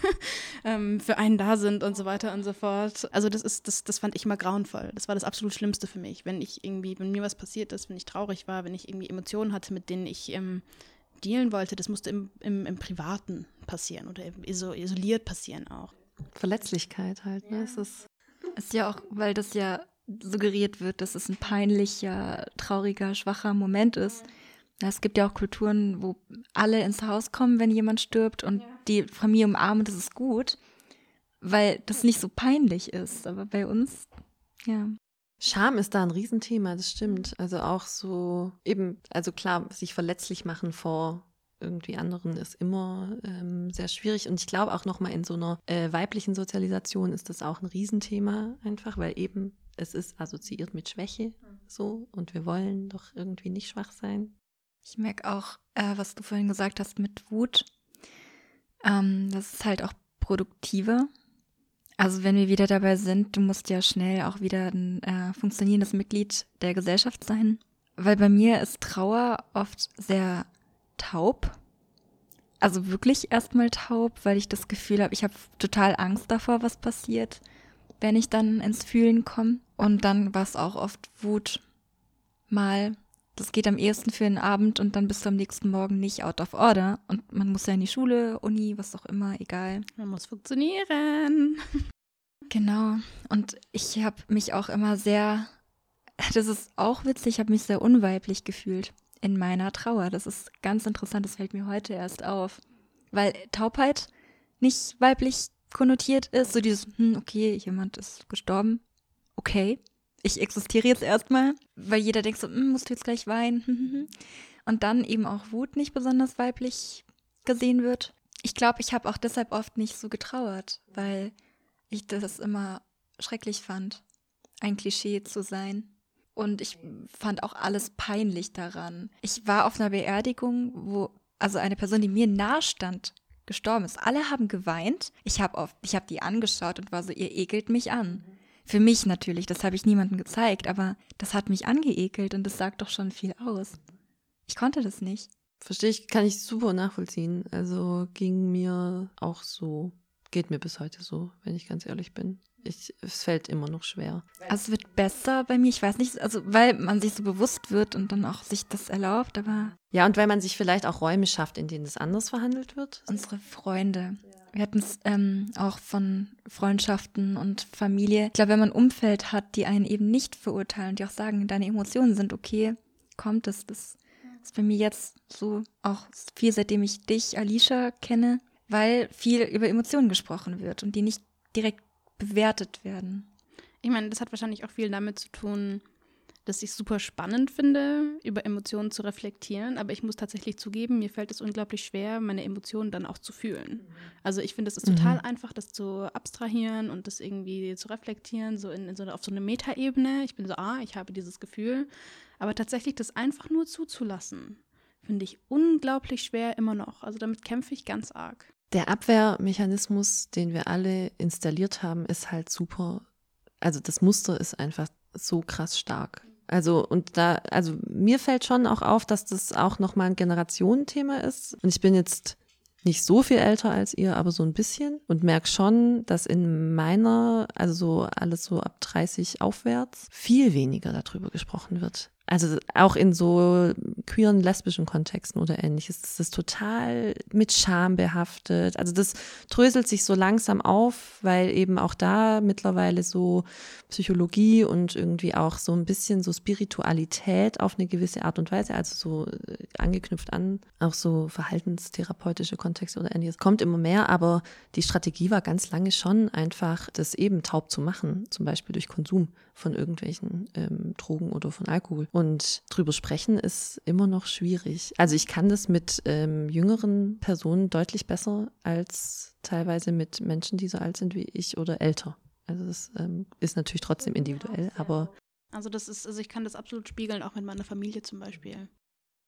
für einen da sind und so weiter und so fort. Also das fand ich immer grauenvoll. Das war das absolut Schlimmste für mich, wenn mir was passiert ist, wenn ich traurig war, wenn ich irgendwie Emotionen hatte, mit denen ich dealen wollte. Das musste im Privaten passieren oder isoliert passieren auch. Verletzlichkeit halt, ne? Ja. Ist ja auch, weil das ja suggeriert wird, dass es ein peinlicher, trauriger, schwacher Moment ist. Ja, es gibt ja auch Kulturen, wo alle ins Haus kommen, wenn jemand stirbt und die Familie umarmen, das ist gut, weil das nicht so peinlich ist. Aber bei uns, ja. Scham ist da ein Riesenthema, das stimmt. Also auch so eben, also klar, sich verletzlich machen vor irgendwie anderen ist immer sehr schwierig. Und ich glaube auch nochmal in so einer weiblichen Sozialisation ist das auch ein Riesenthema einfach, weil eben es ist assoziiert mit Schwäche so und wir wollen doch irgendwie nicht schwach sein. Ich merke auch, was du vorhin gesagt hast mit Wut, das ist halt auch produktiver. Also wenn wir wieder dabei sind, du musst ja schnell auch wieder ein funktionierendes Mitglied der Gesellschaft sein. Weil bei mir ist Trauer oft sehr taub. Also wirklich erstmal taub, weil ich das Gefühl habe, ich habe total Angst davor, was passiert, wenn ich dann ins Fühlen komme. Und dann war es auch oft Wut mal. Das geht am ehesten für einen Abend und dann bist du am nächsten Morgen nicht out of order. Und man muss ja in die Schule, Uni, was auch immer, egal. Man muss funktionieren. Genau. Und ich habe mich auch immer sehr, das ist auch witzig, ich habe mich sehr unweiblich gefühlt in meiner Trauer. Das ist ganz interessant, das fällt mir heute erst auf. Weil Taubheit nicht weiblich konnotiert ist, so dieses, okay, jemand ist gestorben, okay, ich existiere jetzt erstmal, weil jeder denkt so, musst du jetzt gleich weinen. Und dann eben auch Wut nicht besonders weiblich gesehen wird. Ich glaube, ich habe auch deshalb oft nicht so getrauert, weil ich das immer schrecklich fand, ein Klischee zu sein. Und ich fand auch alles peinlich daran. Ich war auf einer Beerdigung, wo also eine Person, die mir nahe stand, gestorben ist. Alle haben geweint. Ich hab die angeschaut und war so, ihr ekelt mich an. Für mich natürlich, das habe ich niemandem gezeigt, aber das hat mich angeekelt und das sagt doch schon viel aus. Ich konnte das nicht. Verstehe ich, kann ich super nachvollziehen. Also ging mir auch so, geht mir bis heute so, wenn ich ganz ehrlich bin. Es fällt immer noch schwer. Also es wird besser bei mir, ich weiß nicht, also weil man sich so bewusst wird und dann auch sich das erlaubt, aber... Ja, und weil man sich vielleicht auch Räume schafft, in denen es anders verhandelt wird. Unsere Freunde, wir hatten es auch von Freundschaften und Familie. Ich glaube, wenn man ein Umfeld hat, die einen eben nicht verurteilen, die auch sagen, deine Emotionen sind okay, kommt es. Das ist bei mir jetzt so auch viel, seitdem ich dich, Alicia, kenne, weil viel über Emotionen gesprochen wird und die nicht direkt bewertet werden. Ich meine, das hat wahrscheinlich auch viel damit zu tun, dass ich es super spannend finde, über Emotionen zu reflektieren, aber ich muss tatsächlich zugeben, mir fällt es unglaublich schwer, meine Emotionen dann auch zu fühlen. Also ich finde, es ist total einfach, das zu abstrahieren und das irgendwie zu reflektieren, so auf so eine Metaebene. Ich bin so, ich habe dieses Gefühl, aber tatsächlich das einfach nur zuzulassen, finde ich unglaublich schwer immer noch. Also damit kämpfe ich ganz arg. Der Abwehrmechanismus, den wir alle installiert haben, ist halt super. Also das Muster ist einfach so krass stark. Also mir fällt schon auch auf, dass das auch nochmal ein Generationenthema ist. Und ich bin jetzt nicht so viel älter als ihr, aber so ein bisschen und merke schon, dass in meiner, also so alles so ab 30 aufwärts, viel weniger darüber gesprochen wird. Also auch in so queeren, lesbischen Kontexten oder ähnliches, das ist total mit Scham behaftet. Also das dröselt sich so langsam auf, weil eben auch da mittlerweile so Psychologie und irgendwie auch so ein bisschen so Spiritualität auf eine gewisse Art und Weise, also so angeknüpft an auch so verhaltenstherapeutische Kontexte oder ähnliches, kommt immer mehr, aber die Strategie war ganz lange schon einfach, das eben taub zu machen, zum Beispiel durch Konsum von irgendwelchen Drogen oder von Alkohol. Und drüber sprechen ist immer noch schwierig. Also ich kann das mit jüngeren Personen deutlich besser als teilweise mit Menschen, die so alt sind wie ich oder älter. Also das ist natürlich trotzdem individuell, aber... Also ich kann das absolut spiegeln, auch mit meiner Familie zum Beispiel.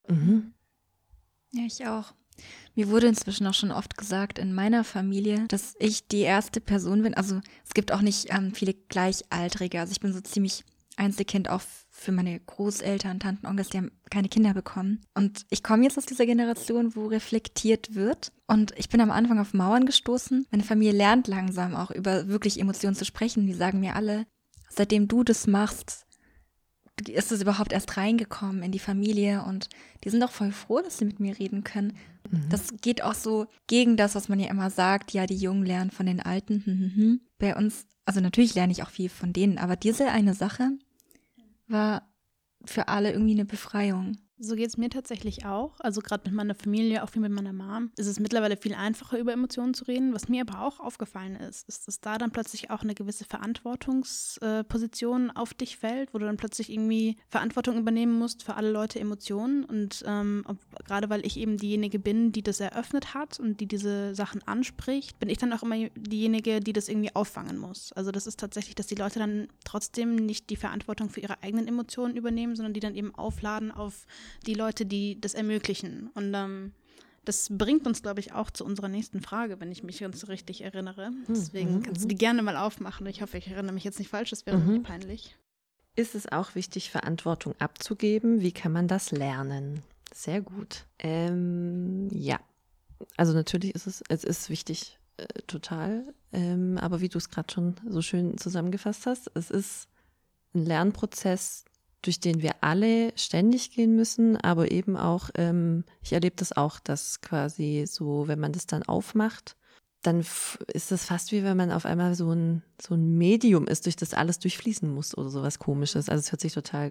Mhm. Ja, ich auch. Mir wurde inzwischen auch schon oft gesagt in meiner Familie, dass ich die erste Person bin. Also es gibt auch nicht viele Gleichaltrige. Also ich bin so ziemlich Einzelkind, auch für meine Großeltern, Tanten, Onkels, die haben keine Kinder bekommen. Und ich komme jetzt aus dieser Generation, wo reflektiert wird. Und ich bin am Anfang auf Mauern gestoßen. Meine Familie lernt langsam auch über wirklich Emotionen zu sprechen. Die sagen mir alle, seitdem du das machst, ist es überhaupt erst reingekommen in die Familie. Und die sind auch voll froh, dass sie mit mir reden können. Das geht auch so gegen das, was man ja immer sagt, ja, die Jungen lernen von den Alten. Bei uns, also natürlich lerne ich auch viel von denen, aber diese eine Sache war für alle irgendwie eine Befreiung. So geht es mir tatsächlich auch. Also gerade mit meiner Familie, auch viel mit meiner Mom, ist es mittlerweile viel einfacher, über Emotionen zu reden. Was mir aber auch aufgefallen ist, dass da dann plötzlich auch eine gewisse Verantwortungsposition auf dich fällt, wo du dann plötzlich irgendwie Verantwortung übernehmen musst für alle Leute Emotionen. Und gerade weil ich eben diejenige bin, die das eröffnet hat und die diese Sachen anspricht, bin ich dann auch immer diejenige, die das irgendwie auffangen muss. Also das ist tatsächlich, dass die Leute dann trotzdem nicht die Verantwortung für ihre eigenen Emotionen übernehmen, sondern die dann eben aufladen auf die Leute, die das ermöglichen. Und das bringt uns, glaube ich, auch zu unserer nächsten Frage, wenn ich mich ganz richtig erinnere. Deswegen kannst du die gerne mal aufmachen. Ich hoffe, ich erinnere mich jetzt nicht falsch, das wäre nicht peinlich. Ist es auch wichtig, Verantwortung abzugeben? Wie kann man das lernen? Sehr gut. Ja, also natürlich ist es ist wichtig, total. Aber wie du es gerade schon so schön zusammengefasst hast, es ist ein Lernprozess, durch den wir alle ständig gehen müssen, aber eben auch, ich erlebe das auch, dass quasi so, wenn man das dann aufmacht, dann ist das fast wie wenn man auf einmal so ein Medium ist, durch das alles durchfließen muss oder sowas Komisches. Also es hört sich total,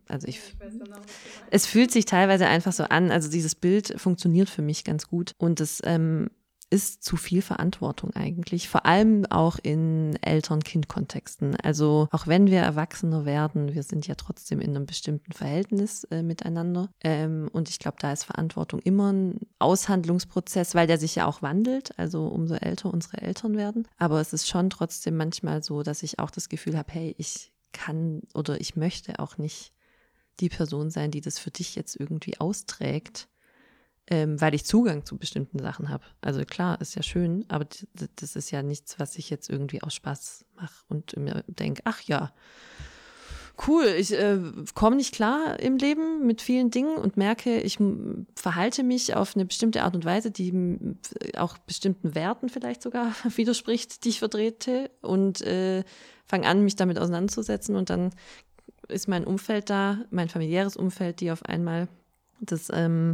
es fühlt sich teilweise einfach so an, also dieses Bild funktioniert für mich ganz gut und es ist zu viel Verantwortung eigentlich, vor allem auch in Eltern-Kind-Kontexten. Also auch wenn wir Erwachsener werden, wir sind ja trotzdem in einem bestimmten Verhältnis miteinander. Und ich glaube, da ist Verantwortung immer ein Aushandlungsprozess, weil der sich ja auch wandelt, also umso älter unsere Eltern werden. Aber es ist schon trotzdem manchmal so, dass ich auch das Gefühl habe, hey, ich kann oder ich möchte auch nicht die Person sein, die das für dich jetzt irgendwie austrägt. Weil ich Zugang zu bestimmten Sachen habe. Also klar, ist ja schön, aber das ist ja nichts, was ich jetzt irgendwie aus Spaß mache und mir denke, ach ja, cool, ich komme nicht klar im Leben mit vielen Dingen und merke, ich verhalte mich auf eine bestimmte Art und Weise, die auch bestimmten Werten vielleicht sogar widerspricht, die ich vertrete und fange an, mich damit auseinanderzusetzen und dann ist mein Umfeld da, mein familiäres Umfeld, die auf einmal das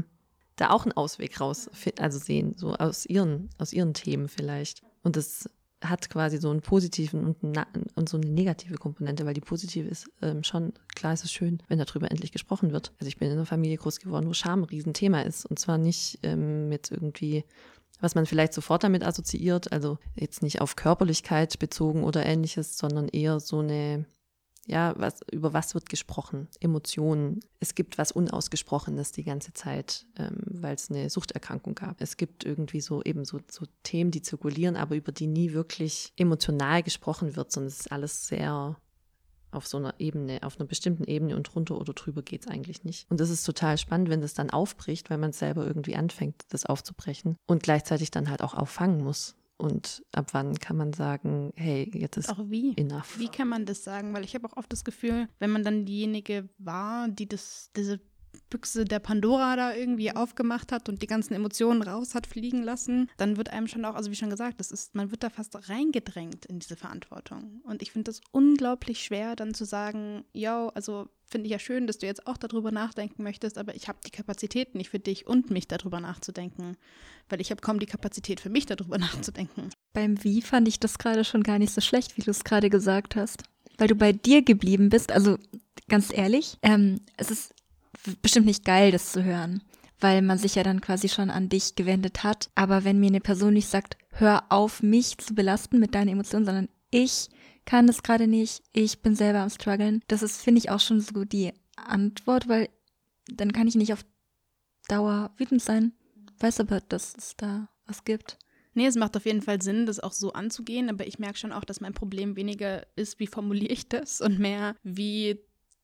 da auch einen Ausweg raus, also sehen, so aus ihren Themen vielleicht. Und das hat quasi so einen positiven und so eine negative Komponente, weil die positive ist schon, klar ist es schön, wenn darüber endlich gesprochen wird. Also ich bin in einer Familie groß geworden, wo Scham ein Riesenthema ist und zwar nicht jetzt irgendwie, was man vielleicht sofort damit assoziiert, also jetzt nicht auf Körperlichkeit bezogen oder ähnliches, sondern eher so eine, ja, über was wird gesprochen? Emotionen. Es gibt was Unausgesprochenes die ganze Zeit, weil es eine Suchterkrankung gab. Es gibt irgendwie so Themen, die zirkulieren, aber über die nie wirklich emotional gesprochen wird, sondern es ist alles sehr auf so einer Ebene, auf einer bestimmten Ebene und drunter oder drüber geht es eigentlich nicht. Und das ist total spannend, wenn das dann aufbricht, weil man es selber irgendwie anfängt, das aufzubrechen und gleichzeitig dann halt auch auffangen muss. Und ab wann kann man sagen, hey, jetzt ist auch wie? Enough. Wie kann man das sagen? Weil ich habe auch oft das Gefühl, wenn man dann diejenige war, die diese Büchse der Pandora da irgendwie aufgemacht hat und die ganzen Emotionen raus hat fliegen lassen, dann wird einem schon auch, also wie schon gesagt, man wird da fast reingedrängt in diese Verantwortung. Und ich finde das unglaublich schwer, dann zu sagen, yo, also finde ich ja schön, dass du jetzt auch darüber nachdenken möchtest, aber ich habe die Kapazität nicht für dich und mich darüber nachzudenken, weil ich habe kaum die Kapazität für mich darüber nachzudenken. Beim Wie fand ich das gerade schon gar nicht so schlecht, wie du es gerade gesagt hast, weil du bei dir geblieben bist. Also ganz ehrlich, es ist bestimmt nicht geil, das zu hören, weil man sich ja dann quasi schon an dich gewendet hat. Aber wenn mir eine Person nicht sagt, hör auf, mich zu belasten mit deinen Emotionen, sondern ich kann das gerade nicht, ich bin selber am struggeln. Das ist, finde ich, auch schon so die Antwort, weil dann kann ich nicht auf Dauer wütend sein. Weiß aber, dass es da was gibt. Nee, es macht auf jeden Fall Sinn, das auch so anzugehen, aber ich merke schon auch, dass mein Problem weniger ist, wie formuliere ich das und mehr, wie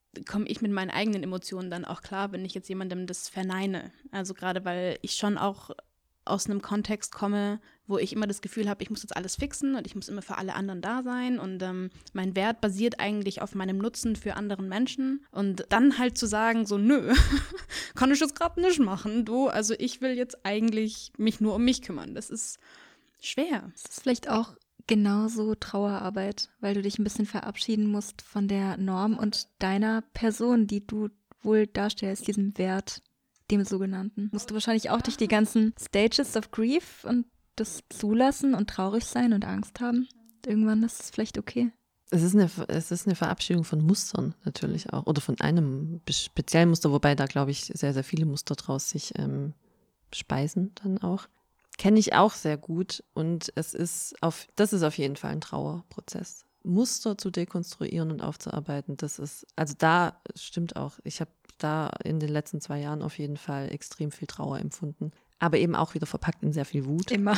komme ich mit meinen eigenen Emotionen dann auch klar, wenn ich jetzt jemandem das verneine. Also gerade, weil ich schon auch aus einem Kontext komme, wo ich immer das Gefühl habe, ich muss jetzt alles fixen und ich muss immer für alle anderen da sein und mein Wert basiert eigentlich auf meinem Nutzen für anderen Menschen und dann halt zu sagen, so nö, kann ich das gerade nicht machen, also ich will jetzt eigentlich mich nur um mich kümmern, das ist schwer. Das ist vielleicht auch genauso Trauerarbeit, weil du dich ein bisschen verabschieden musst von der Norm und deiner Person, die du wohl darstellst, diesem Wert, dem sogenannten. Musst du wahrscheinlich auch durch die ganzen Stages of Grief und das zulassen und traurig sein und Angst haben. Irgendwann ist es vielleicht okay. Es ist eine Verabschiedung von Mustern natürlich auch oder von einem speziellen Muster, wobei da, glaube ich, sehr, sehr viele Muster draus sich speisen dann auch. Kenne ich auch sehr gut und das ist auf jeden Fall ein Trauerprozess. Muster zu dekonstruieren und aufzuarbeiten, also da stimmt auch, ich habe da in den letzten 2 Jahren auf jeden Fall extrem viel Trauer empfunden. Aber eben auch wieder verpackt in sehr viel Wut. Immer.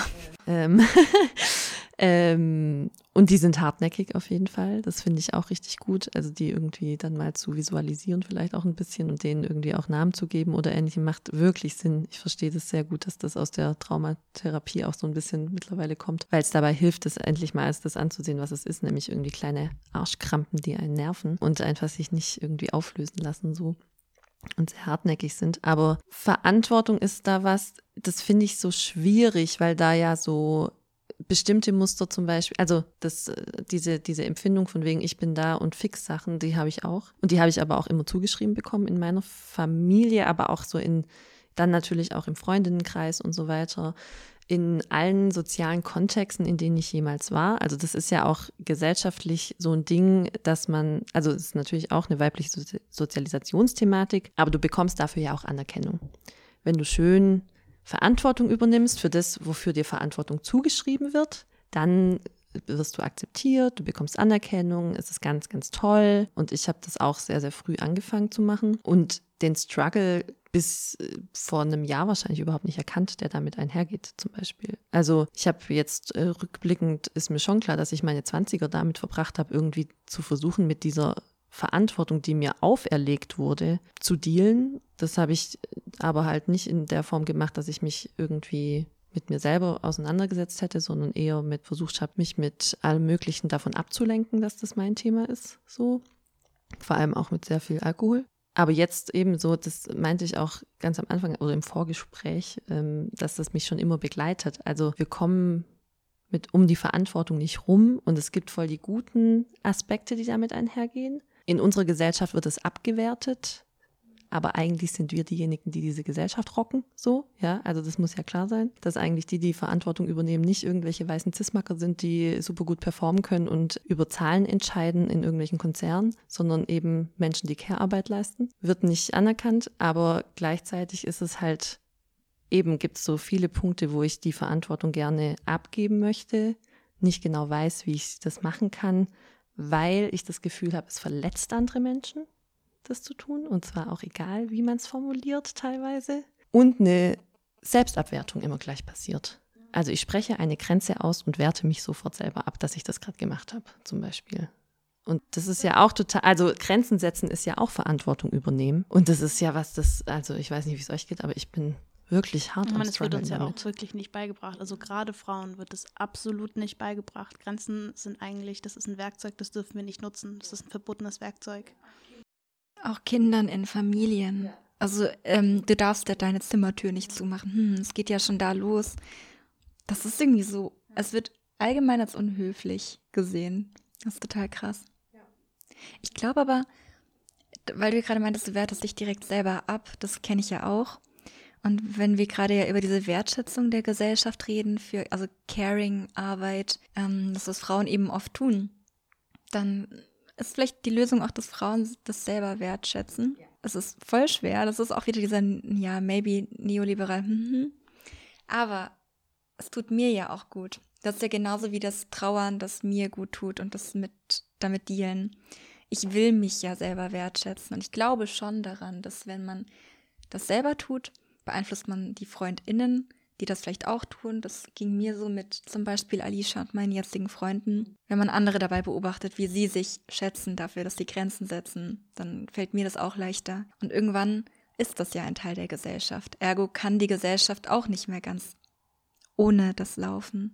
Und die sind hartnäckig auf jeden Fall. Das finde ich auch richtig gut. Also die irgendwie dann mal zu visualisieren vielleicht auch ein bisschen und denen irgendwie auch Namen zu geben oder Ähnlichem macht wirklich Sinn. Ich verstehe das sehr gut, dass das aus der Traumatherapie auch so ein bisschen mittlerweile kommt, weil es dabei hilft, das endlich mal als das anzusehen, was es ist, nämlich irgendwie kleine Arschkrampen, die einen nerven und einfach sich nicht irgendwie auflösen lassen so. Und sehr hartnäckig sind. Aber Verantwortung ist da was, das finde ich so schwierig, weil da ja so bestimmte Muster zum Beispiel, also diese Empfindung von wegen, ich bin da und fix Sachen, die habe ich auch. Und die habe ich aber auch immer zugeschrieben bekommen in meiner Familie, aber auch so dann natürlich auch im Freundinnenkreis und so weiter. In allen sozialen Kontexten, in denen ich jemals war. Also das ist ja auch gesellschaftlich so ein Ding, dass also es ist natürlich auch eine weibliche Sozialisationsthematik, aber du bekommst dafür ja auch Anerkennung. Wenn du schön Verantwortung übernimmst für das, wofür dir Verantwortung zugeschrieben wird, dann wirst du akzeptiert, du bekommst Anerkennung, es ist ganz, ganz toll. Und ich habe das auch sehr, sehr früh angefangen zu machen und den Struggle bis vor einem Jahr wahrscheinlich überhaupt nicht erkannt, der damit einhergeht zum Beispiel. Also ich habe jetzt rückblickend, ist mir schon klar, dass ich meine 20er damit verbracht habe, irgendwie zu versuchen, mit dieser Verantwortung, die mir auferlegt wurde, zu dealen. Das habe ich aber halt nicht in der Form gemacht, dass ich mich irgendwie mit mir selber auseinandergesetzt hätte, sondern eher versucht habe, mich mit allem Möglichen davon abzulenken, dass das mein Thema ist, so. Vor allem auch mit sehr viel Alkohol. Aber jetzt eben so, das meinte ich auch ganz am Anfang oder im Vorgespräch, dass das mich schon immer begleitet. Also wir kommen um die Verantwortung nicht rum und es gibt voll die guten Aspekte, die damit einhergehen. In unserer Gesellschaft wird es abgewertet, aber eigentlich sind wir diejenigen, die diese Gesellschaft rocken, so, ja, also das muss ja klar sein, dass eigentlich die Verantwortung übernehmen, nicht irgendwelche weißen Cis-Macker sind, die super gut performen können und über Zahlen entscheiden in irgendwelchen Konzernen, sondern eben Menschen, die Care-Arbeit leisten. Wird nicht anerkannt, aber gleichzeitig ist es halt, eben gibt es so viele Punkte, wo ich die Verantwortung gerne abgeben möchte, nicht genau weiß, wie ich das machen kann, weil ich das Gefühl habe, es verletzt andere Menschen, das zu tun, und zwar auch egal, wie man es formuliert teilweise. Und eine Selbstabwertung immer gleich passiert. Also ich spreche eine Grenze aus und werte mich sofort selber ab, dass ich das gerade gemacht habe, zum Beispiel. Und das ist ja auch total, also Grenzen setzen ist ja auch Verantwortung übernehmen. Und das ist ja also ich weiß nicht, wie es euch geht, aber ich bin wirklich hart am Es wird uns ja damit. auch wirklich nicht beigebracht. Also gerade Frauen wird es absolut nicht beigebracht. Grenzen sind eigentlich, das ist ein Werkzeug, das dürfen wir nicht nutzen. Das ist ein verbotenes Werkzeug. Auch Kindern in Familien. Also du darfst ja deine Zimmertür nicht zumachen. Es geht ja schon da los. Das ist irgendwie so, es wird allgemein als unhöflich gesehen. Das ist total krass. Ich glaube aber, weil du gerade meintest, du wertest dich direkt selber ab, das kenne ich ja auch. Und wenn wir gerade ja über diese Wertschätzung der Gesellschaft reden, also Caring-Arbeit, das was Frauen eben oft tun, dann ist vielleicht die Lösung auch, dass Frauen das selber wertschätzen. Es ist voll schwer, das ist auch wieder dieser, ja, maybe neoliberal, aber es tut mir ja auch gut. Das ist ja genauso wie das Trauern, das mir gut tut und das damit dealen. Ich will mich ja selber wertschätzen und ich glaube schon daran, dass wenn man das selber tut, beeinflusst man die FreundInnen, die das vielleicht auch tun. Das ging mir so mit zum Beispiel Alicia und meinen jetzigen Freunden. Wenn man andere dabei beobachtet, wie sie sich schätzen dafür, dass sie Grenzen setzen, dann fällt mir das auch leichter. Und irgendwann ist das ja ein Teil der Gesellschaft. Ergo kann die Gesellschaft auch nicht mehr ganz ohne das laufen.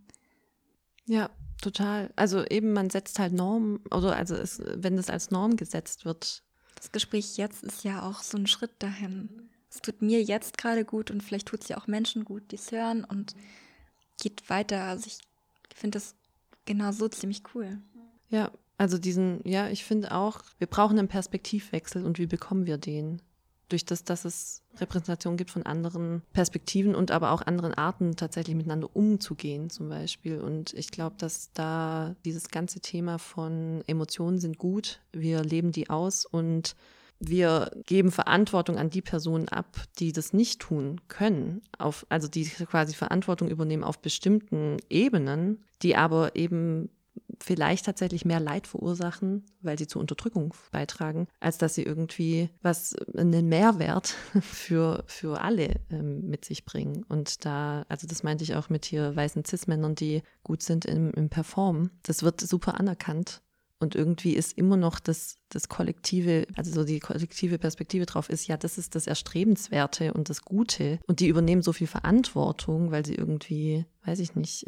Ja, total. Also eben, man setzt halt Normen, oder wenn das als Norm gesetzt wird. Das Gespräch jetzt ist ja auch so ein Schritt dahin. Es tut mir jetzt gerade gut und vielleicht tut es ja auch Menschen gut, die es hören und geht weiter. Also ich finde das genau so ziemlich cool. Ja, also ich finde auch, wir brauchen einen Perspektivwechsel und wie bekommen wir den? Durch das, dass es Repräsentation gibt von anderen Perspektiven und aber auch anderen Arten, tatsächlich miteinander umzugehen zum Beispiel. Und ich glaube, dass da dieses ganze Thema von Emotionen sind gut, wir leben die aus und wir geben Verantwortung an die Personen ab, die das nicht tun können, also die quasi Verantwortung übernehmen auf bestimmten Ebenen, die aber eben vielleicht tatsächlich mehr Leid verursachen, weil sie zur Unterdrückung beitragen, als dass sie irgendwie einen Mehrwert für alle mit sich bringen. Und das meinte ich auch mit hier weißen Cis-Männern, die gut sind im Performen. Das wird super anerkannt. Und irgendwie ist immer noch das Kollektive, also so die kollektive Perspektive drauf ist, ja, das ist das Erstrebenswerte und das Gute. Und die übernehmen so viel Verantwortung, weil sie irgendwie, weiß ich nicht,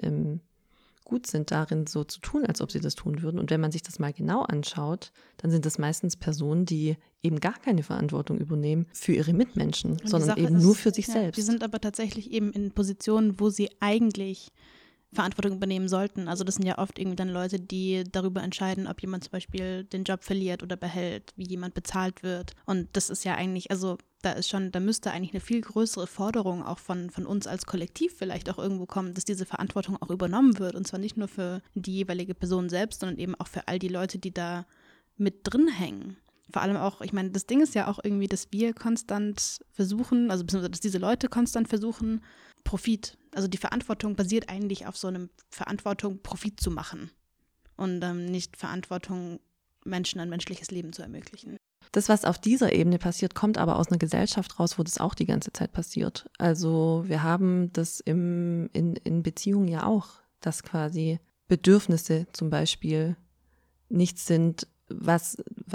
gut sind darin, so zu tun, als ob sie das tun würden. Und wenn man sich das mal genau anschaut, dann sind das meistens Personen, die eben gar keine Verantwortung übernehmen für ihre Mitmenschen, sondern eben nur für sich selbst. Die sind aber tatsächlich eben in Positionen, wo sie eigentlich Verantwortung übernehmen sollten. Also das sind ja oft irgendwie dann Leute, die darüber entscheiden, ob jemand zum Beispiel den Job verliert oder behält, wie jemand bezahlt wird. Und das ist ja eigentlich, also da müsste eigentlich eine viel größere Forderung auch von uns als Kollektiv vielleicht auch irgendwo kommen, dass diese Verantwortung auch übernommen wird. Und zwar nicht nur für die jeweilige Person selbst, sondern eben auch für all die Leute, die da mit drin hängen. Vor allem auch, ich meine, das Ding ist ja auch irgendwie, dass wir konstant versuchen, also beziehungsweise dass diese Leute konstant versuchen, Profit, also die Verantwortung basiert eigentlich auf so einem Verantwortung, Profit zu machen und nicht Verantwortung, Menschen ein menschliches Leben zu ermöglichen. Das, was auf dieser Ebene passiert, kommt aber aus einer Gesellschaft raus, wo das auch die ganze Zeit passiert. Also wir haben das in Beziehungen ja auch, dass quasi Bedürfnisse zum Beispiel nichts sind, was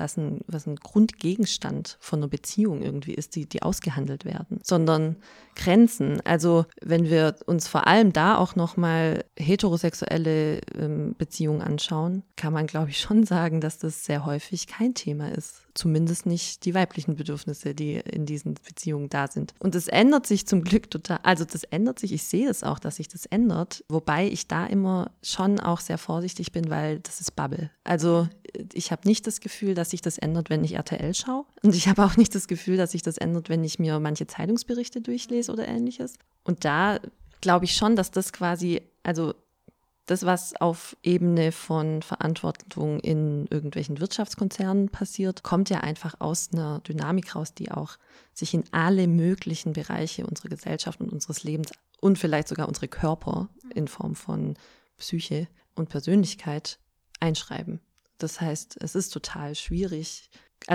ein Grundgegenstand von einer Beziehung irgendwie ist, die ausgehandelt werden, sondern Grenzen. Also wenn wir uns vor allem da auch nochmal heterosexuelle Beziehungen anschauen, kann man, glaube ich, schon sagen, dass das sehr häufig kein Thema ist. Zumindest nicht die weiblichen Bedürfnisse, die in diesen Beziehungen da sind. Und es ändert sich zum Glück total. Also das ändert sich, ich sehe es auch, dass sich das ändert, wobei ich da immer schon auch sehr vorsichtig bin, weil das ist Bubble. Also ich habe nicht das Gefühl, dass sich das ändert, wenn ich RTL schaue. Und ich habe auch nicht das Gefühl, dass sich das ändert, wenn ich mir manche Zeitungsberichte durchlese oder ähnliches. Und da glaube ich schon, dass das quasi, also das, was auf Ebene von Verantwortung in irgendwelchen Wirtschaftskonzernen passiert, kommt ja einfach aus einer Dynamik raus, die auch sich in alle möglichen Bereiche unserer Gesellschaft und unseres Lebens und vielleicht sogar unsere Körper in Form von Psyche und Persönlichkeit einschreiben. Das heißt, es ist total schwierig,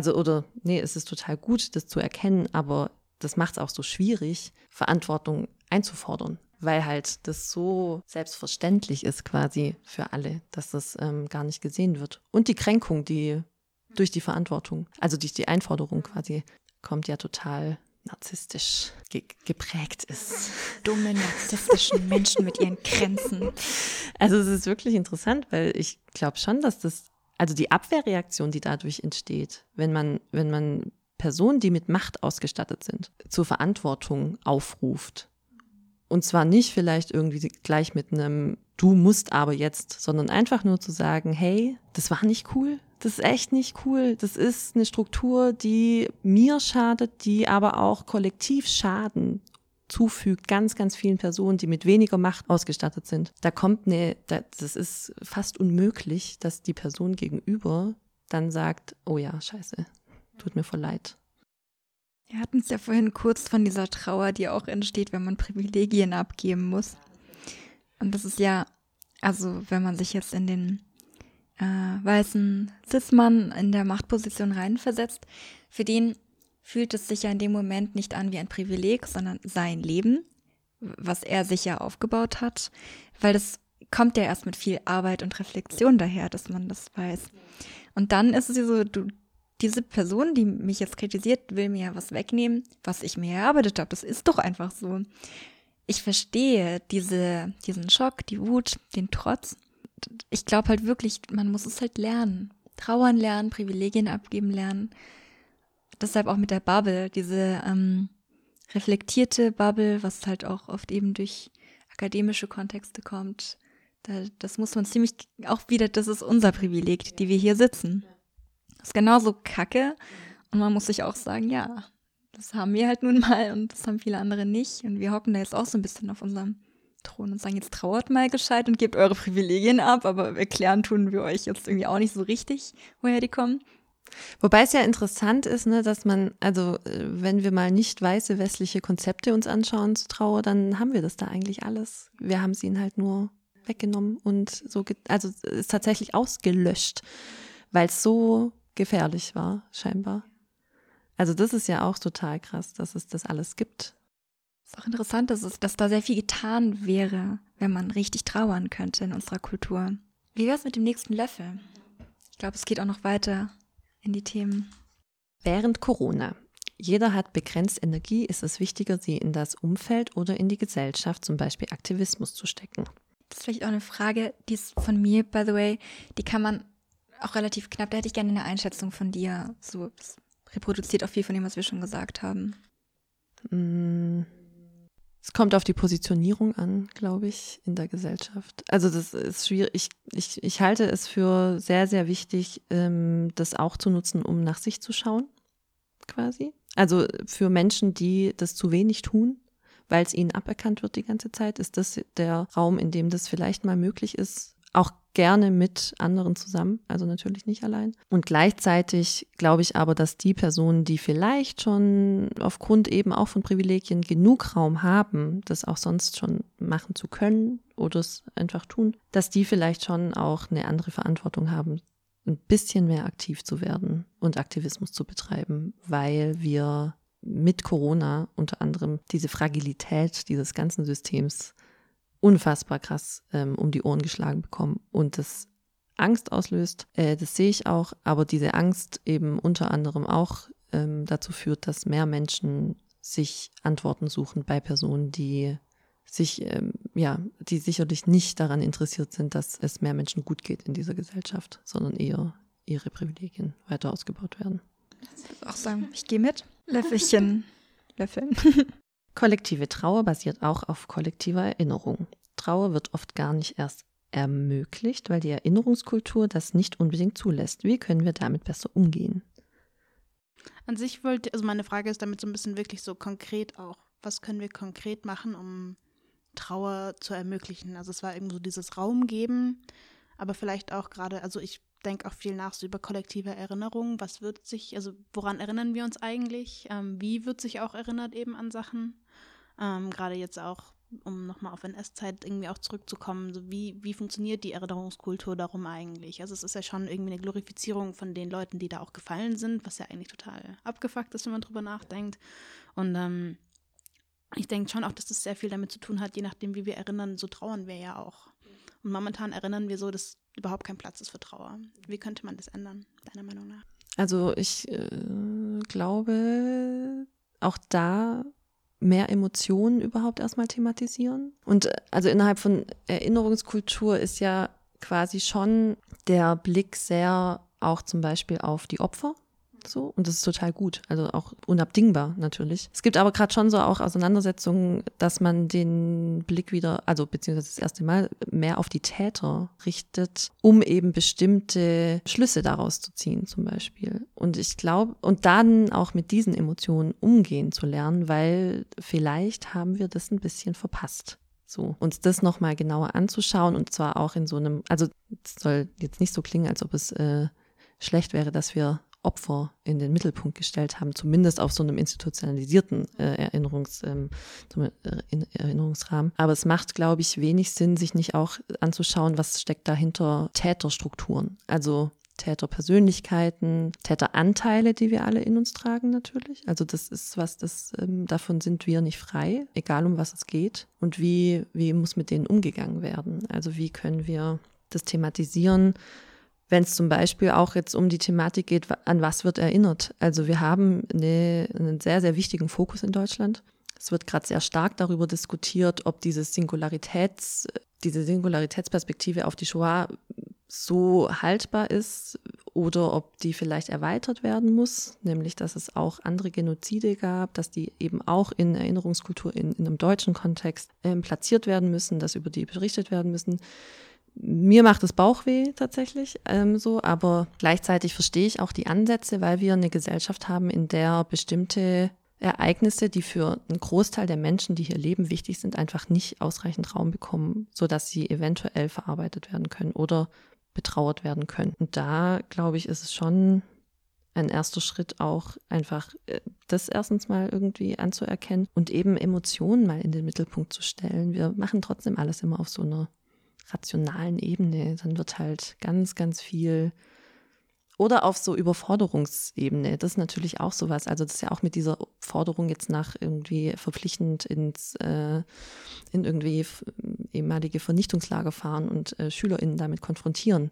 es ist total gut, das zu erkennen, aber das macht es auch so schwierig, Verantwortung einzufordern, weil halt das so selbstverständlich ist quasi für alle, dass das gar nicht gesehen wird. Und die Kränkung, die durch die Verantwortung, also durch die Einforderung quasi, kommt ja total narzisstisch geprägt ist. Dumme, narzisstischen Menschen mit ihren Grenzen. Also es ist wirklich interessant, weil ich glaube schon, dass also die Abwehrreaktion, die dadurch entsteht, wenn man Personen, die mit Macht ausgestattet sind, zur Verantwortung aufruft. Und zwar nicht vielleicht irgendwie gleich mit einem "Du musst aber jetzt", sondern einfach nur zu sagen, hey, das war nicht cool, das ist echt nicht cool, das ist eine Struktur, die mir schadet, die aber auch kollektiv Schaden zufügt, ganz, ganz vielen Personen, die mit weniger Macht ausgestattet sind. Das ist fast unmöglich, dass die Person gegenüber dann sagt, oh ja, scheiße, tut mir voll leid. Wir hatten es ja vorhin kurz von dieser Trauer, die auch entsteht, wenn man Privilegien abgeben muss. Und das ist ja, also wenn man sich jetzt in den weißen Cis-Mann in der Machtposition reinversetzt, für den fühlt es sich ja in dem Moment nicht an wie ein Privileg, sondern sein Leben, was er sich ja aufgebaut hat, weil das kommt ja erst mit viel Arbeit und Reflexion daher, dass man das weiß. Und dann ist es ja so, diese Person, die mich jetzt kritisiert, will mir ja was wegnehmen, was ich mir erarbeitet habe. Das ist doch einfach so. Ich verstehe diesen Schock, die Wut, den Trotz. Ich glaube halt wirklich, man muss es halt lernen. Trauern lernen, Privilegien abgeben lernen. Deshalb auch mit der Bubble, diese reflektierte Bubble, was halt auch oft eben durch akademische Kontexte kommt. Das muss man ziemlich, auch wieder, das ist unser Privileg, die wir hier sitzen. Das ist genauso kacke und man muss sich auch sagen, ja, das haben wir halt nun mal und das haben viele andere nicht und wir hocken da jetzt auch so ein bisschen auf unserem Thron und sagen, jetzt trauert mal gescheit und gebt eure Privilegien ab, aber erklären tun wir euch jetzt irgendwie auch nicht so richtig, woher die kommen. Wobei es ja interessant ist, ne, dass man, also wenn wir mal nicht weiße westliche Konzepte uns anschauen zu Trauer, dann haben wir das da eigentlich alles. Wir haben sie ihnen halt nur weggenommen und so, also ist tatsächlich ausgelöscht, weil es so gefährlich war, scheinbar. Also das ist ja auch total krass, dass es das alles gibt. Es ist auch interessant, dass da sehr viel getan wäre, wenn man richtig trauern könnte in unserer Kultur. Wie wäre es mit dem nächsten Löffel? Ich glaube, es geht auch noch weiter in die Themen. Während Corona. Jeder hat begrenzt Energie, ist es wichtiger, sie in das Umfeld oder in die Gesellschaft, zum Beispiel Aktivismus, zu stecken. Das ist vielleicht auch eine Frage, die ist von mir, by the way, die kann man auch relativ knapp, da hätte ich gerne eine Einschätzung von dir. So, es reproduziert auch viel von dem, was wir schon gesagt haben. Es kommt auf die Positionierung an, glaube ich, in der Gesellschaft. Also das ist schwierig. Ich halte es für sehr, sehr wichtig, das auch zu nutzen, um nach sich zu schauen, quasi. Also für Menschen, die das zu wenig tun, weil es ihnen aberkannt wird die ganze Zeit, ist das der Raum, in dem das vielleicht mal möglich ist, auch gerne mit anderen zusammen, also natürlich nicht allein. Und gleichzeitig glaube ich aber, dass die Personen, die vielleicht schon aufgrund eben auch von Privilegien genug Raum haben, das auch sonst schon machen zu können oder es einfach tun, dass die vielleicht schon auch eine andere Verantwortung haben, ein bisschen mehr aktiv zu werden und Aktivismus zu betreiben, weil wir mit Corona unter anderem diese Fragilität dieses ganzen Systems unfassbar krass um die Ohren geschlagen bekommen und das Angst auslöst, das sehe ich auch, aber diese Angst eben unter anderem auch dazu führt, dass mehr Menschen sich Antworten suchen bei Personen, die sich, die sicherlich nicht daran interessiert sind, dass es mehr Menschen gut geht in dieser Gesellschaft, sondern eher ihre Privilegien weiter ausgebaut werden. Ich würde auch sagen, ich gehe mit. Löffelchen löffeln. Kollektive Trauer basiert auch auf kollektiver Erinnerung. Trauer wird oft gar nicht erst ermöglicht, weil die Erinnerungskultur das nicht unbedingt zulässt. Wie können wir damit besser umgehen? An sich also meine Frage ist damit so ein bisschen wirklich so konkret auch, was können wir konkret machen, um Trauer zu ermöglichen? Also es war eben so dieses Raum geben, aber vielleicht auch gerade, also ich denke auch viel nach so über kollektive Erinnerung. Woran erinnern wir uns eigentlich? Wie wird sich auch erinnert eben an Sachen? Gerade jetzt auch, um nochmal auf NS-Zeit irgendwie auch zurückzukommen, so wie funktioniert die Erinnerungskultur darum eigentlich? Also es ist ja schon irgendwie eine Glorifizierung von den Leuten, die da auch gefallen sind, was ja eigentlich total abgefuckt ist, wenn man drüber nachdenkt. Und ich denke schon auch, dass das sehr viel damit zu tun hat, je nachdem, wie wir erinnern, so trauern wir ja auch. Und momentan erinnern wir so, dass überhaupt kein Platz ist für Trauer. Wie könnte man das ändern, deiner Meinung nach? Also ich glaube, auch da mehr Emotionen überhaupt erstmal thematisieren. Und also innerhalb von Erinnerungskultur ist ja quasi schon der Blick sehr auch zum Beispiel auf die Opfer. So, und das ist total gut, also auch unabdingbar natürlich. Es gibt aber gerade schon so auch Auseinandersetzungen, dass man den Blick wieder, also beziehungsweise das erste Mal mehr auf die Täter richtet, um eben bestimmte Schlüsse daraus zu ziehen zum Beispiel. Und ich glaube, und dann auch mit diesen Emotionen umgehen zu lernen, weil vielleicht haben wir das ein bisschen verpasst. So, uns das nochmal genauer anzuschauen und zwar auch in so einem, also es soll jetzt nicht so klingen, als ob es schlecht wäre, dass wir Opfer in den Mittelpunkt gestellt haben, zumindest auf so einem institutionalisierten Erinnerungsrahmen. Aber es macht, glaube ich, wenig Sinn, sich nicht auch anzuschauen, was steckt dahinter Täterstrukturen. Also Täterpersönlichkeiten, Täteranteile, die wir alle in uns tragen natürlich. Also das ist was, davon sind wir nicht frei, egal um was es geht. Und wie muss mit denen umgegangen werden? Also wie können wir das thematisieren, wenn es zum Beispiel auch jetzt um die Thematik geht, an was wird erinnert? Also wir haben einen sehr, sehr wichtigen Fokus in Deutschland. Es wird gerade sehr stark darüber diskutiert, ob diese Singularitätsperspektive auf die Shoah so haltbar ist oder ob die vielleicht erweitert werden muss, nämlich dass es auch andere Genozide gab, dass die eben auch in Erinnerungskultur in einem deutschen Kontext platziert werden müssen, dass über die berichtet werden müssen. Mir macht es Bauchweh tatsächlich aber gleichzeitig verstehe ich auch die Ansätze, weil wir eine Gesellschaft haben, in der bestimmte Ereignisse, die für einen Großteil der Menschen, die hier leben, wichtig sind, einfach nicht ausreichend Raum bekommen, sodass sie eventuell verarbeitet werden können oder betrauert werden können. Und da, glaube ich, ist es schon ein erster Schritt auch einfach das erstens mal irgendwie anzuerkennen und eben Emotionen mal in den Mittelpunkt zu stellen. Wir machen trotzdem alles immer auf so einer rationalen Ebene. Dann wird halt ganz, ganz viel oder auf so Überforderungsebene. Das ist natürlich auch sowas. Also das ist ja auch mit dieser Forderung jetzt nach irgendwie verpflichtend in irgendwie ehemalige Vernichtungslager fahren und SchülerInnen damit konfrontieren.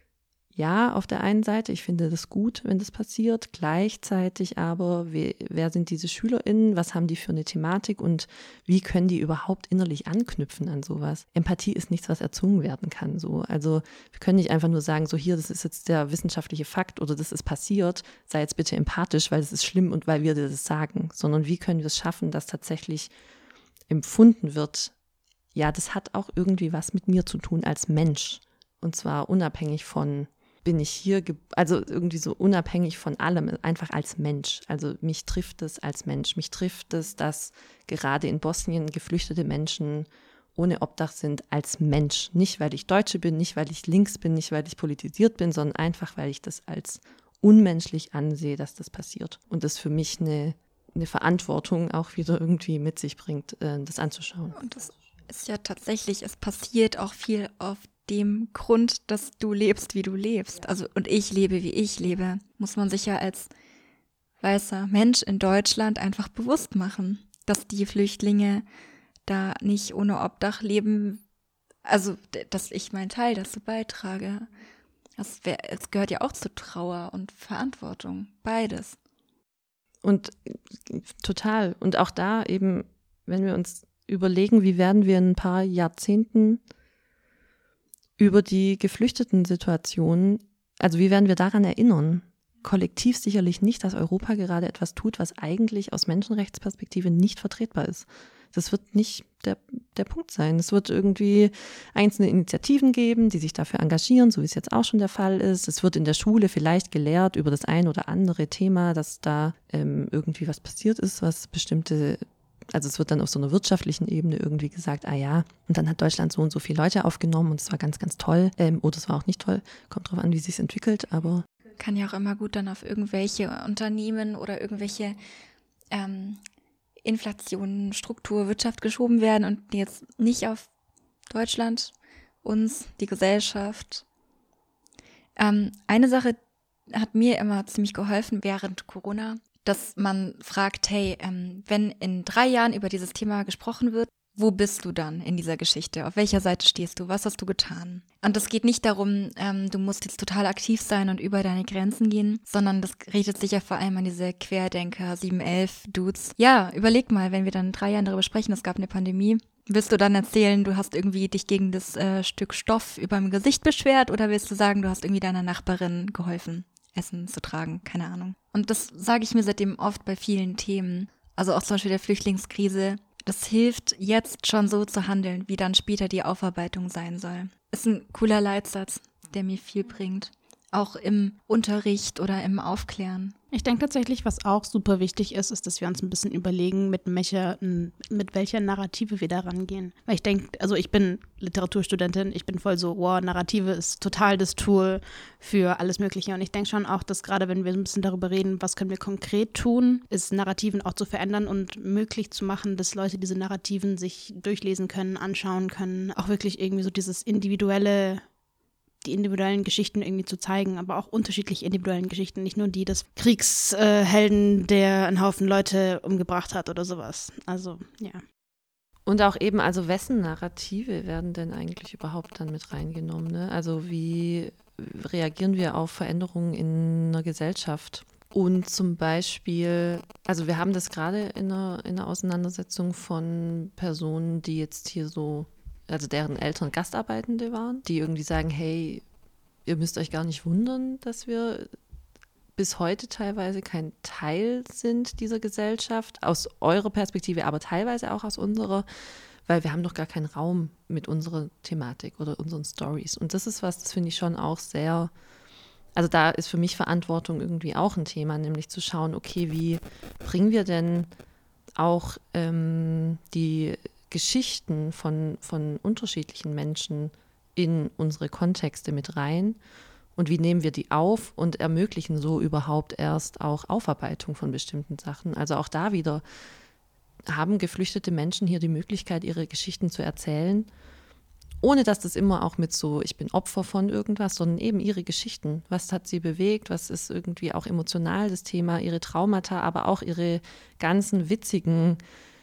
Ja, auf der einen Seite, ich finde das gut, wenn das passiert. Gleichzeitig aber, wer sind diese SchülerInnen? Was haben die für eine Thematik und wie können die überhaupt innerlich anknüpfen an sowas? Empathie ist nichts, was erzwungen werden kann. So. Also wir können nicht einfach nur sagen, so hier, das ist jetzt der wissenschaftliche Fakt oder das ist passiert, sei jetzt bitte empathisch, weil es ist schlimm und weil wir dir das sagen. Sondern wie können wir es schaffen, dass tatsächlich empfunden wird, ja, das hat auch irgendwie was mit mir zu tun als Mensch. Und zwar unabhängig von bin ich hier, also irgendwie so unabhängig von allem, einfach als Mensch. Also mich trifft es als Mensch. Mich trifft es, dass gerade in Bosnien geflüchtete Menschen ohne Obdach sind als Mensch. Nicht, weil ich Deutsche bin, nicht, weil ich links bin, nicht, weil ich politisiert bin, sondern einfach, weil ich das als unmenschlich ansehe, dass das passiert. Und das für mich eine Verantwortung auch wieder irgendwie mit sich bringt, das anzuschauen. Und das ist ja tatsächlich, es passiert auch viel auf dem Grund, dass du lebst, wie du lebst. Also und ich lebe, wie ich lebe, muss man sich ja als weißer Mensch in Deutschland einfach bewusst machen, dass die Flüchtlinge da nicht ohne Obdach leben, also dass ich meinen Teil dazu beitrage. Es gehört ja auch zu Trauer und Verantwortung, beides. Und total. Und auch da eben, wenn wir uns überlegen, wie werden wir in ein paar Jahrzehnten über die Geflüchteten-Situation, also wie werden wir daran erinnern? Kollektiv sicherlich nicht, dass Europa gerade etwas tut, was eigentlich aus Menschenrechtsperspektive nicht vertretbar ist. Das wird nicht der Punkt sein. Es wird irgendwie einzelne Initiativen geben, die sich dafür engagieren, so wie es jetzt auch schon der Fall ist. Es wird in der Schule vielleicht gelehrt über das ein oder andere Thema, dass da irgendwie was passiert ist, was bestimmte, also es wird dann auf so einer wirtschaftlichen Ebene irgendwie gesagt, ah ja, und dann hat Deutschland so und so viele Leute aufgenommen und es war ganz, ganz toll. Oder es war auch nicht toll. Kommt drauf an, wie es sich entwickelt, aber kann ja auch immer gut dann auf irgendwelche Unternehmen oder irgendwelche Inflation, Struktur, Wirtschaft geschoben werden und jetzt nicht auf Deutschland, uns, die Gesellschaft. Eine Sache hat mir immer ziemlich geholfen während Corona, dass man fragt, hey, wenn in 3 Jahren über dieses Thema gesprochen wird, wo bist du dann in dieser Geschichte? Auf welcher Seite stehst du? Was hast du getan? Und es geht nicht darum, du musst jetzt total aktiv sein und über deine Grenzen gehen, sondern das richtet sich ja vor allem an diese Querdenker, 7-11-Dudes. Ja, überleg mal, wenn wir dann in 3 Jahren darüber sprechen, es gab eine Pandemie, willst du dann erzählen, du hast irgendwie dich gegen das Stück Stoff über dem Gesicht beschwert oder willst du sagen, du hast irgendwie deiner Nachbarin geholfen, Essen zu tragen? Keine Ahnung. Und das sage ich mir seitdem oft bei vielen Themen. Also auch zum Beispiel der Flüchtlingskrise. Das hilft jetzt schon so zu handeln, wie dann später die Aufarbeitung sein soll. Ist ein cooler Leitsatz, der mir viel bringt. Auch im Unterricht oder im Aufklären. Ich denke tatsächlich, was auch super wichtig ist, ist, dass wir uns ein bisschen überlegen, mit welcher Narrative wir da rangehen. Weil ich denke, also ich bin Literaturstudentin, ich bin voll so, wow, Narrative ist total das Tool für alles Mögliche. Und ich denke schon auch, dass gerade wenn wir ein bisschen darüber reden, was können wir konkret tun, ist Narrativen auch zu verändern und möglich zu machen, dass Leute diese Narrativen sich durchlesen können, anschauen können. Auch wirklich irgendwie so dieses individuelle die individuellen Geschichten irgendwie zu zeigen, aber auch unterschiedliche individuellen Geschichten, nicht nur die des Kriegshelden, der einen Haufen Leute umgebracht hat oder sowas. Also, ja. Und auch eben, also wessen Narrative werden denn eigentlich überhaupt dann mit reingenommen? Ne? Also wie reagieren wir auf Veränderungen in einer Gesellschaft? Und zum Beispiel, also wir haben das gerade in einer Auseinandersetzung von Personen, die jetzt hier so, also deren Eltern Gastarbeitende waren, die irgendwie sagen, hey, ihr müsst euch gar nicht wundern, dass wir bis heute teilweise kein Teil sind dieser Gesellschaft, aus eurer Perspektive, aber teilweise auch aus unserer, weil wir haben doch gar keinen Raum mit unserer Thematik oder unseren Stories. Und das ist was, das finde ich schon auch sehr, also da ist für mich Verantwortung irgendwie auch ein Thema, nämlich zu schauen, okay, wie bringen wir denn auch die Geschichten von unterschiedlichen Menschen in unsere Kontexte mit rein und wie nehmen wir die auf und ermöglichen so überhaupt erst auch Aufarbeitung von bestimmten Sachen. Also auch da wieder haben geflüchtete Menschen hier die Möglichkeit, ihre Geschichten zu erzählen, ohne dass das immer auch mit so, ich bin Opfer von irgendwas, sondern eben ihre Geschichten. Was hat sie bewegt, was ist irgendwie auch emotional das Thema, ihre Traumata, aber auch ihre ganzen witzigen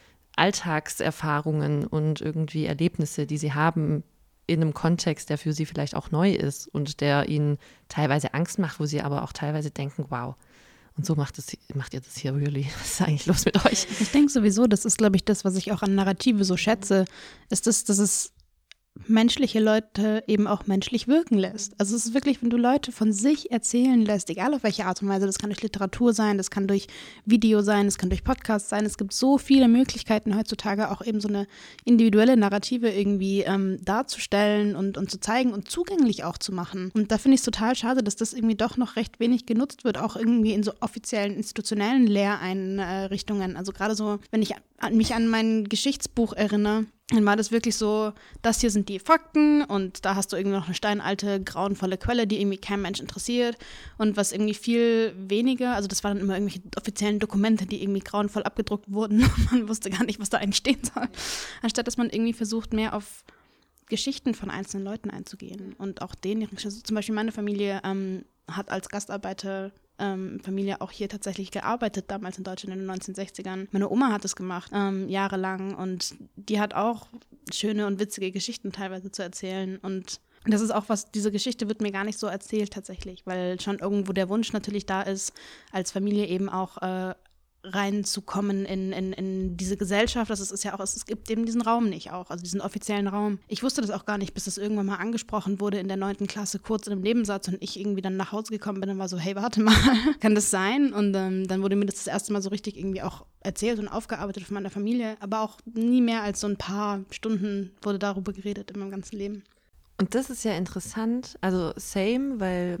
Alltagserfahrungen und irgendwie Erlebnisse, die sie haben in einem Kontext, der für sie vielleicht auch neu ist und der ihnen teilweise Angst macht, wo sie aber auch teilweise denken, wow, und so macht ihr das hier really? Was ist eigentlich los mit euch? Ich denke sowieso, das ist, glaube ich, das, was ich auch an Narrative so schätze, ist das, dass es menschliche Leute eben auch menschlich wirken lässt. Also es ist wirklich, wenn du Leute von sich erzählen lässt, egal auf welche Art und Weise, das kann durch Literatur sein, das kann durch Video sein, das kann durch Podcast sein, es gibt so viele Möglichkeiten heutzutage auch eben so eine individuelle Narrative irgendwie darzustellen und zu zeigen und zugänglich auch zu machen. Und da finde ich es total schade, dass das irgendwie doch noch recht wenig genutzt wird, auch irgendwie in so offiziellen, institutionellen Lehreinrichtungen. Also gerade so, wenn ich mich an mein Geschichtsbuch erinnere, dann war das wirklich so, das hier sind die Fakten und da hast du irgendwie noch eine steinalte, grauenvolle Quelle, die irgendwie kein Mensch interessiert und was irgendwie viel weniger, also das waren dann immer irgendwelche offiziellen Dokumente, die irgendwie grauenvoll abgedruckt wurden und man wusste gar nicht, was da eigentlich stehen soll. Anstatt, dass man irgendwie versucht, mehr auf Geschichten von einzelnen Leuten einzugehen und auch denen, zum Beispiel meine Familie hat als Gastarbeiter Familie auch hier tatsächlich gearbeitet, damals in Deutschland in den 1960ern. Meine Oma hat es gemacht, jahrelang und die hat auch schöne und witzige Geschichten teilweise zu erzählen und das ist auch was, diese Geschichte wird mir gar nicht so erzählt tatsächlich, weil schon irgendwo der Wunsch natürlich da ist, als Familie eben auch reinzukommen in diese Gesellschaft. Das ist ja auch, es gibt eben diesen Raum nicht auch, also diesen offiziellen Raum. Ich wusste das auch gar nicht, bis das irgendwann mal angesprochen wurde in der 9. Klasse, kurz in einem Nebensatz und ich irgendwie dann nach Hause gekommen bin und war so, hey, warte mal, kann das sein? Und dann wurde mir das erste Mal so richtig irgendwie auch erzählt und aufgearbeitet von meiner Familie, aber auch nie mehr als so ein paar Stunden wurde darüber geredet in meinem ganzen Leben. Und das ist ja interessant, also same, weil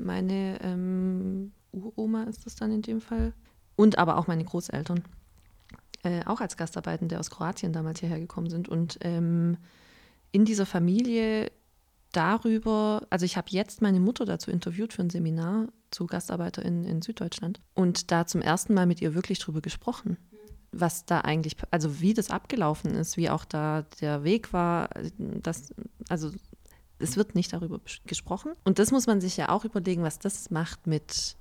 meine Uroma ist das dann in dem Fall, und aber auch meine Großeltern, auch als Gastarbeitende aus Kroatien damals hierher gekommen sind. Und in dieser Familie darüber, also ich habe jetzt meine Mutter dazu interviewt für ein Seminar zu GastarbeiterInnen in Süddeutschland und da zum ersten Mal mit ihr wirklich drüber gesprochen, was da eigentlich, also wie das abgelaufen ist, wie auch da der Weg war, also es wird nicht darüber gesprochen. Und das muss man sich ja auch überlegen, was das macht mit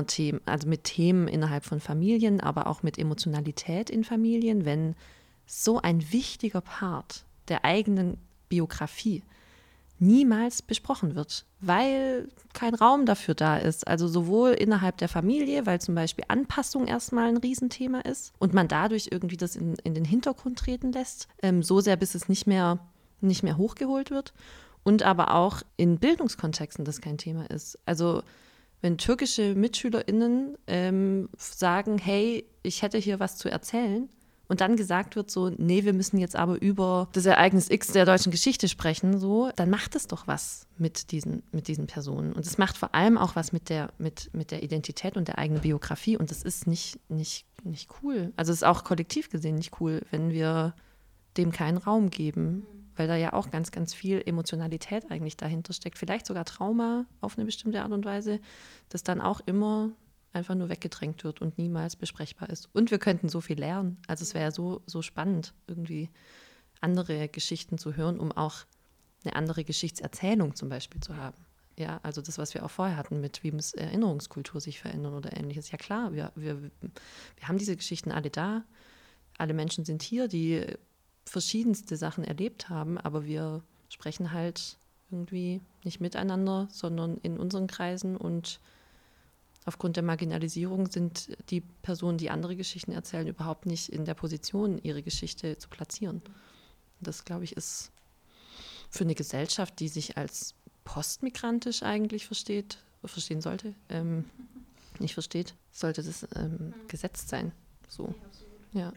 mit Themen innerhalb von Familien, aber auch mit Emotionalität in Familien, wenn so ein wichtiger Part der eigenen Biografie niemals besprochen wird, weil kein Raum dafür da ist. Also sowohl innerhalb der Familie, weil zum Beispiel Anpassung erstmal ein Riesenthema ist und man dadurch irgendwie das in den Hintergrund treten lässt, so sehr, bis es nicht mehr hochgeholt wird. Und aber auch in Bildungskontexten das kein Thema ist. Also wenn türkische MitschülerInnen sagen, hey, ich hätte hier was zu erzählen und dann gesagt wird so, nee, wir müssen jetzt aber über das Ereignis X der deutschen Geschichte sprechen, so, dann macht es doch was mit diesen Personen. Und es macht vor allem auch was mit der Identität und der eigenen Biografie und das ist nicht cool. Also es ist auch kollektiv gesehen nicht cool, wenn wir dem keinen Raum geben, weil da ja auch ganz, ganz viel Emotionalität eigentlich dahinter steckt. Vielleicht sogar Trauma auf eine bestimmte Art und Weise, das dann auch immer einfach nur weggedrängt wird und niemals besprechbar ist. Und wir könnten so viel lernen. Also es wäre ja so spannend, irgendwie andere Geschichten zu hören, um auch eine andere Geschichtserzählung zum Beispiel zu haben Ja, also das, was wir auch vorher hatten mit, wie muss Erinnerungskultur sich verändern oder ähnliches. Ja klar, wir haben diese Geschichten alle da. Alle Menschen sind hier, die verschiedenste Sachen erlebt haben, aber wir sprechen halt irgendwie nicht miteinander, sondern in unseren Kreisen, und aufgrund der Marginalisierung sind die Personen, die andere Geschichten erzählen, überhaupt nicht in der Position, ihre Geschichte zu platzieren. Und das, glaube ich, ist für eine Gesellschaft, die sich als postmigrantisch eigentlich verstehen sollte, nicht versteht, sollte das gesetzt sein. So, ja.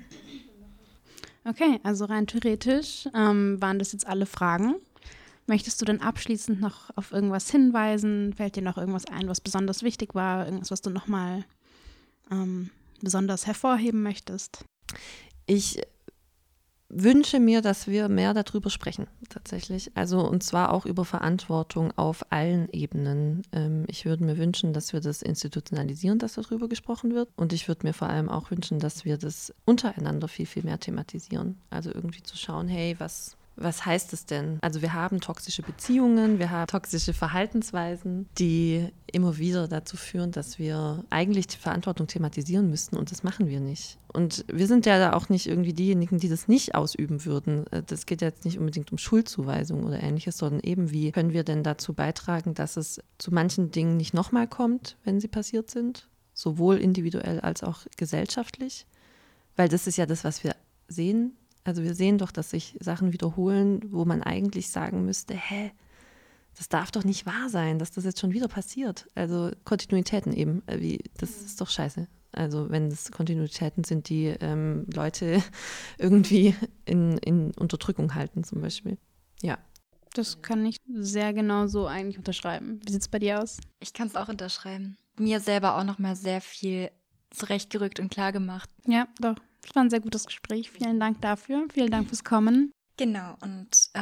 Okay, also rein theoretisch waren das jetzt alle Fragen. Möchtest du denn abschließend noch auf irgendwas hinweisen? Fällt dir noch irgendwas ein, was besonders wichtig war? Irgendwas, was du nochmal besonders hervorheben möchtest? Ich wünsche mir, dass wir mehr darüber sprechen, tatsächlich. Also, und zwar auch über Verantwortung auf allen Ebenen. Ich würde mir wünschen, dass wir das institutionalisieren, dass darüber gesprochen wird. Und ich würde mir vor allem auch wünschen, dass wir das untereinander viel, viel mehr thematisieren. Also irgendwie zu schauen, hey, was heißt es denn? Also wir haben toxische Beziehungen, wir haben toxische Verhaltensweisen, die immer wieder dazu führen, dass wir eigentlich die Verantwortung thematisieren müssten, und das machen wir nicht. Und wir sind ja da auch nicht irgendwie diejenigen, die das nicht ausüben würden. Das geht jetzt nicht unbedingt um Schuldzuweisung oder Ähnliches, sondern eben, wie können wir denn dazu beitragen, dass es zu manchen Dingen nicht nochmal kommt, wenn sie passiert sind, sowohl individuell als auch gesellschaftlich. Weil das ist ja das, was wir sehen. Also wir sehen doch, dass sich Sachen wiederholen, wo man eigentlich sagen müsste, das darf doch nicht wahr sein, dass das jetzt schon wieder passiert. Also Kontinuitäten eben, das ist doch scheiße. Also wenn es Kontinuitäten sind, die Leute irgendwie in Unterdrückung halten zum Beispiel. Ja. Das kann ich sehr genau so eigentlich unterschreiben. Wie sieht es bei dir aus? Ich kann es auch unterschreiben. Mir selber auch nochmal sehr viel zurechtgerückt und klar gemacht. Ja, doch. Das war ein sehr gutes Gespräch. Vielen Dank dafür. Vielen Dank fürs Kommen. Genau. Und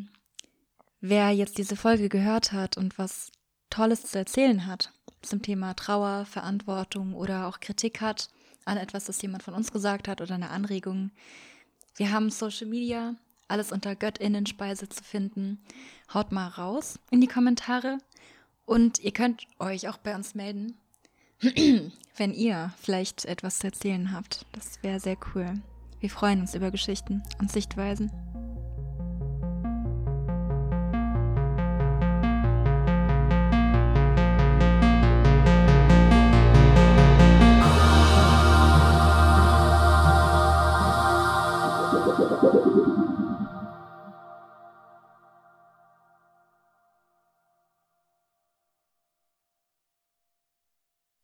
wer jetzt diese Folge gehört hat und was Tolles zu erzählen hat zum Thema Trauer, Verantwortung oder auch Kritik hat an etwas, das jemand von uns gesagt hat oder eine Anregung. Wir haben Social Media, alles unter Göttinnenspeise zu finden. Haut mal raus in die Kommentare. Und ihr könnt euch auch bei uns melden, wenn ihr vielleicht etwas zu erzählen habt. Das wäre sehr cool. Wir freuen uns über Geschichten und Sichtweisen.